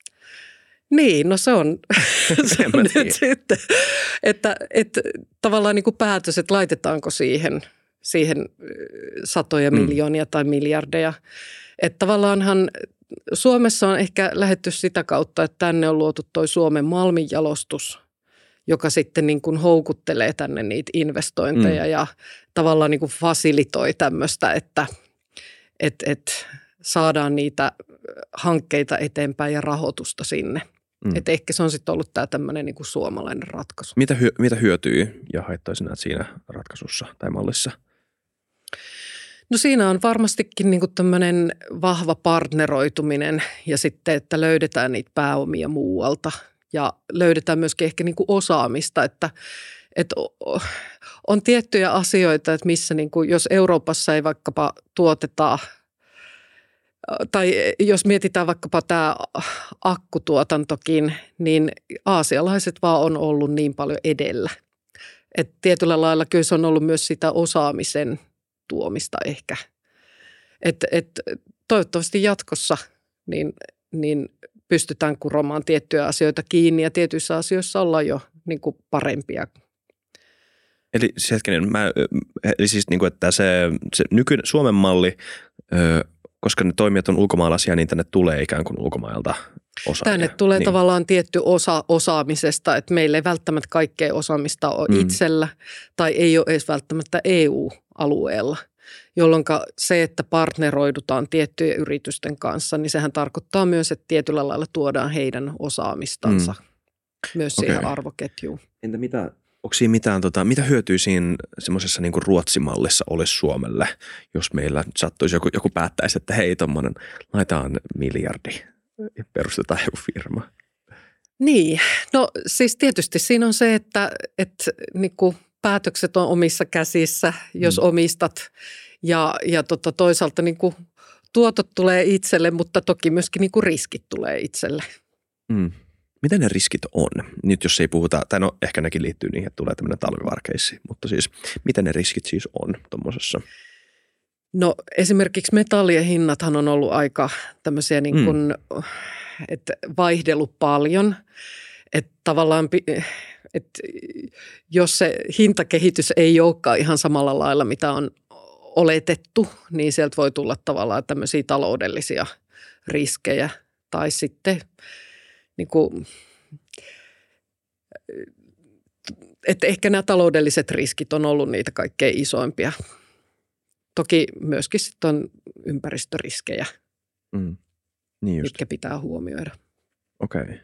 Niin, no se on, se on nyt sitten, että, että tavallaan niin kuin päätös, että laitetaanko siihen, siihen satoja mm. miljoonia tai miljardeja. Että tavallaanhan Suomessa on ehkä lähdetty sitä kautta, että tänne on luotu toi Suomen malminjalostus, joka sitten niin kuin houkuttelee tänne niitä investointeja mm. ja tavallaan niin kuin fasilitoi tämmöistä, että et, et saadaan niitä hankkeita eteenpäin ja rahoitusta sinne. Mm. Että ehkä se on sitten ollut tämä tämmöinen niin kuin suomalainen ratkaisu. Mitä, hyö, mitä hyötyy ja haittoja näet siinä ratkaisussa tai mallissa? No siinä on varmastikin niin kuin tämmöinen vahva partneroituminen ja sitten, että löydetään niitä pääomia muualta ja löydetään myöskin ehkä niin kuin osaamista, että, että on tiettyjä asioita, että missä niin kuin, jos Euroopassa ei vaikkapa tuoteta tai jos mietitään vaikkapa tämä akkutuotantokin, niin aasialaiset vaan on ollut niin paljon edellä. Et tietyllä lailla kyllä se on ollut myös sitä osaamisen tuomista ehkä. Et, et, toivottavasti jatkossa niin, niin pystytään kuromaan tiettyjä asioita kiinni ja tietyissä asioissa ollaan jo niin kuin parempia. Eli siis hetkinen, mä, eli siis niin kuin, että se, se nykyinen Suomen malli, ö, koska ne toimijat on ulkomaalaisia, niin tänne tulee ikään kuin ulkomailta osaajia. Tänne tulee niin. tavallaan tietty osa osaamisesta, että meillä ei välttämättä kaikkea osaamista ole mm. itsellä tai ei ole edes välttämättä E U-alueella, jolloin se, että partneroidutaan tiettyjen yritysten kanssa, niin sehän tarkoittaa myös, että tietyllä lailla tuodaan heidän osaamistansa mm. myös okay. siihen arvoketjuun. Entä mitä? Onko siinä mitään, tota, mitä hyötyä siinä semmoisessa niin kuin Ruotsimallissa olisi Suomelle, jos meillä sattuisi joku, joku päättäisi, että hei, tuommoinen, laitetaan miljardi ja perustetaan joku firma? Niin, no siis tietysti siinä on se, että, että niin kuin päätökset on omissa käsissä, jos mm. omistat ja, ja tota, toisaalta niin kuin tuotot tulee itselle, mutta toki myöskin niin kuin riskit tulee itselle. Mm. Mitä ne riskit on? Nyt jos ei puhuta, tai no ehkä nekin liittyy niihin, että tulee tämmöinen talvivarkeissi, mutta siis mitä ne riskit siis on tuommoisessa? No esimerkiksi metallien hinnathan on ollut aika tämmöisiä niin kuin, mm. että vaihdellut paljon, että tavallaan, että jos se hintakehitys ei olekaan ihan samalla lailla, mitä on oletettu, niin sieltä voi tulla tavallaan tämmöisiä taloudellisia riskejä tai sitten niin kuin, että ehkä nämä taloudelliset riskit on ollut niitä kaikkein isoimpia. Toki myöskin sitten on ympäristöriskejä, mm. niin just. mitkä pitää huomioida. Okei. Okay.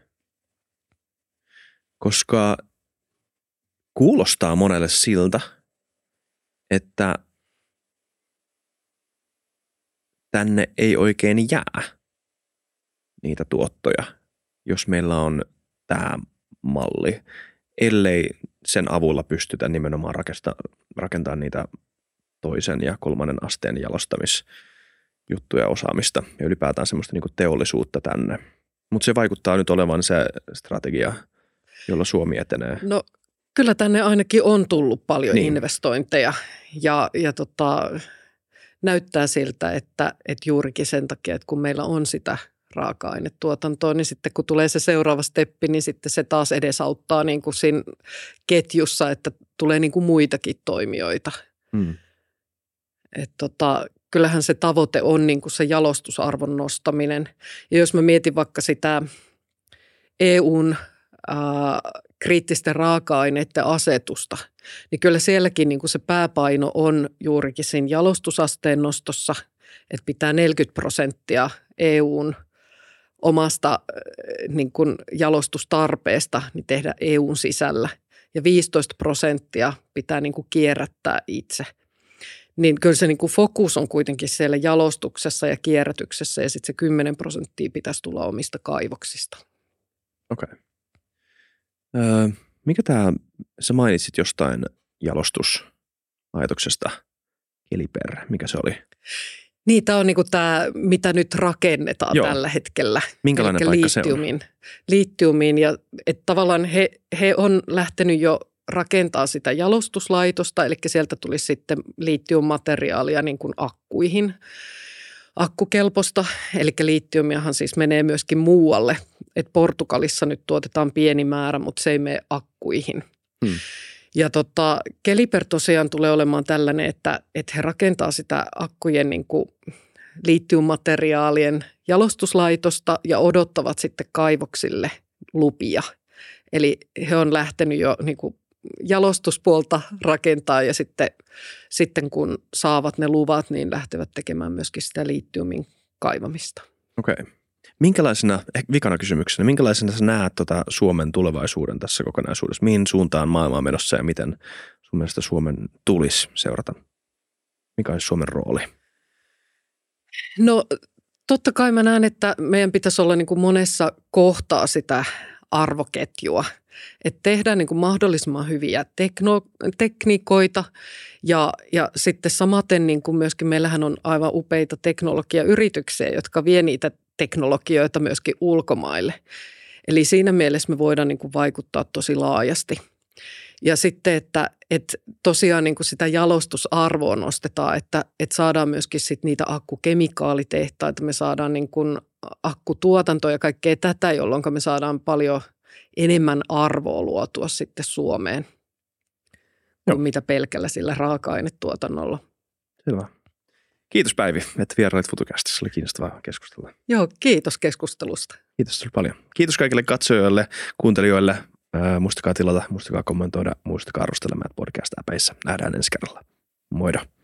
Koska kuulostaa monelle siltä, että tänne ei oikein jää niitä tuottoja, jos meillä on tämä malli, ellei sen avulla pystytä nimenomaan rakentamaan niitä toisen ja kolmannen asteen jalostamisjuttuja, osaamista ja ylipäätään semmoista niinku teollisuutta tänne. Mutta se vaikuttaa nyt olevan se strategia, jolla Suomi etenee. No kyllä tänne ainakin on tullut paljon niin. investointeja ja, ja tota, näyttää siltä, että, että juurikin sen takia, että kun meillä on sitä raaka-ainetuotantoa, niin sitten kun tulee se seuraava steppi, niin sitten se taas edesauttaa niin kuin siinä ketjussa, että tulee niin kuin muitakin toimijoita. Hmm. Että tota, kyllähän se tavoite on niin kuin se jalostusarvon nostaminen. Ja jos mä mietin vaikka sitä E U:n ää, kriittisten raaka-aineiden asetusta, niin kyllä sielläkin niin kuin se pääpaino on juurikin siinä jalostusasteen nostossa, että pitää neljäkymmentä prosenttia E U:n omasta niin kuin jalostustarpeesta niin tehdä E U:n sisällä ja viisitoista prosenttia pitää niin kuin kierrättää itse. Niin kyllä se niin kuin fokus on kuitenkin siellä jalostuksessa ja kierrätyksessä ja sitten se kymmenen prosenttia pitäisi tulla omista kaivoksista. Okei. Okay. Öö, mikä tämä, sä mainitsit jostain jalostuslaitoksesta, Keliber, mikä se oli? Niin, tämä on niinku tämä, mitä nyt rakennetaan Joo. tällä hetkellä. Minkälainen Elikkä paikka liittiumiin, se on? Liittiumiin ja että tavallaan he, he on lähtenyt jo rakentaa sitä jalostuslaitosta, eli sieltä tulisi sitten liittiummateriaalia niin kuin akkuihin, akkukelposta, eli liittiumiahan siis menee myöskin muualle, että Portugalissa nyt tuotetaan pieni määrä, mutta se ei mene akkuihin. Hmm. Ja tota, Keliber tosiaan tulee olemaan tällainen, että, että he rakentaa sitä akkujen niin kuin liittiummateriaalien jalostuslaitosta ja odottavat sitten kaivoksille lupia. Eli he on lähtenyt jo niin kuin jalostuspuolta rakentaa ja sitten, sitten kun saavat ne luvat, niin lähtevät tekemään myöskin sitä liittiumin kaivamista. Okei. Okay. Minkälaisena, vikana kysymyksenä, minkälaisena sä näet tuota Suomen tulevaisuuden tässä kokonaisuudessa? Mihin suuntaan maailma on menossa ja miten sun mielestä Suomen tulisi seurata? Mikä olisi Suomen rooli? No totta kai mä näen, että meidän pitäisi olla niin kuin monessa kohtaa sitä arvoketjua. Että tehdään niin kuin mahdollisimman hyviä tekno, tekniikoita ja, ja sitten samaten niin kuin myöskin meillähän on aivan upeita teknologiayrityksiä, jotka vie niitä teknologioita myöskin ulkomaille. Eli siinä mielessä me voidaan niin kuin vaikuttaa tosi laajasti. Ja sitten, että, että tosiaan niin kuin sitä jalostusarvoa nostetaan, että, että saadaan myöskin sit niitä akkukemikaalitehtaita, me saadaan niin kuin akkutuotantoa ja kaikkea tätä, jolloin me saadaan paljon enemmän arvoa luotua sitten Suomeen kuin mitä pelkällä sillä raaka-ainetuotannolla. Selvä. Kiitos Päivi, että vierailit FutuCastissa. Se oli kiinnostavaa keskustella. Joo, kiitos keskustelusta. Kiitos tosi paljon. Kiitos kaikille katsojille, kuuntelijoille. Muistakaa tilata, muistakaa kommentoida, muistakaa arvostella meidät podcast-äpeissä. Nähdään ensi kerralla. Moido.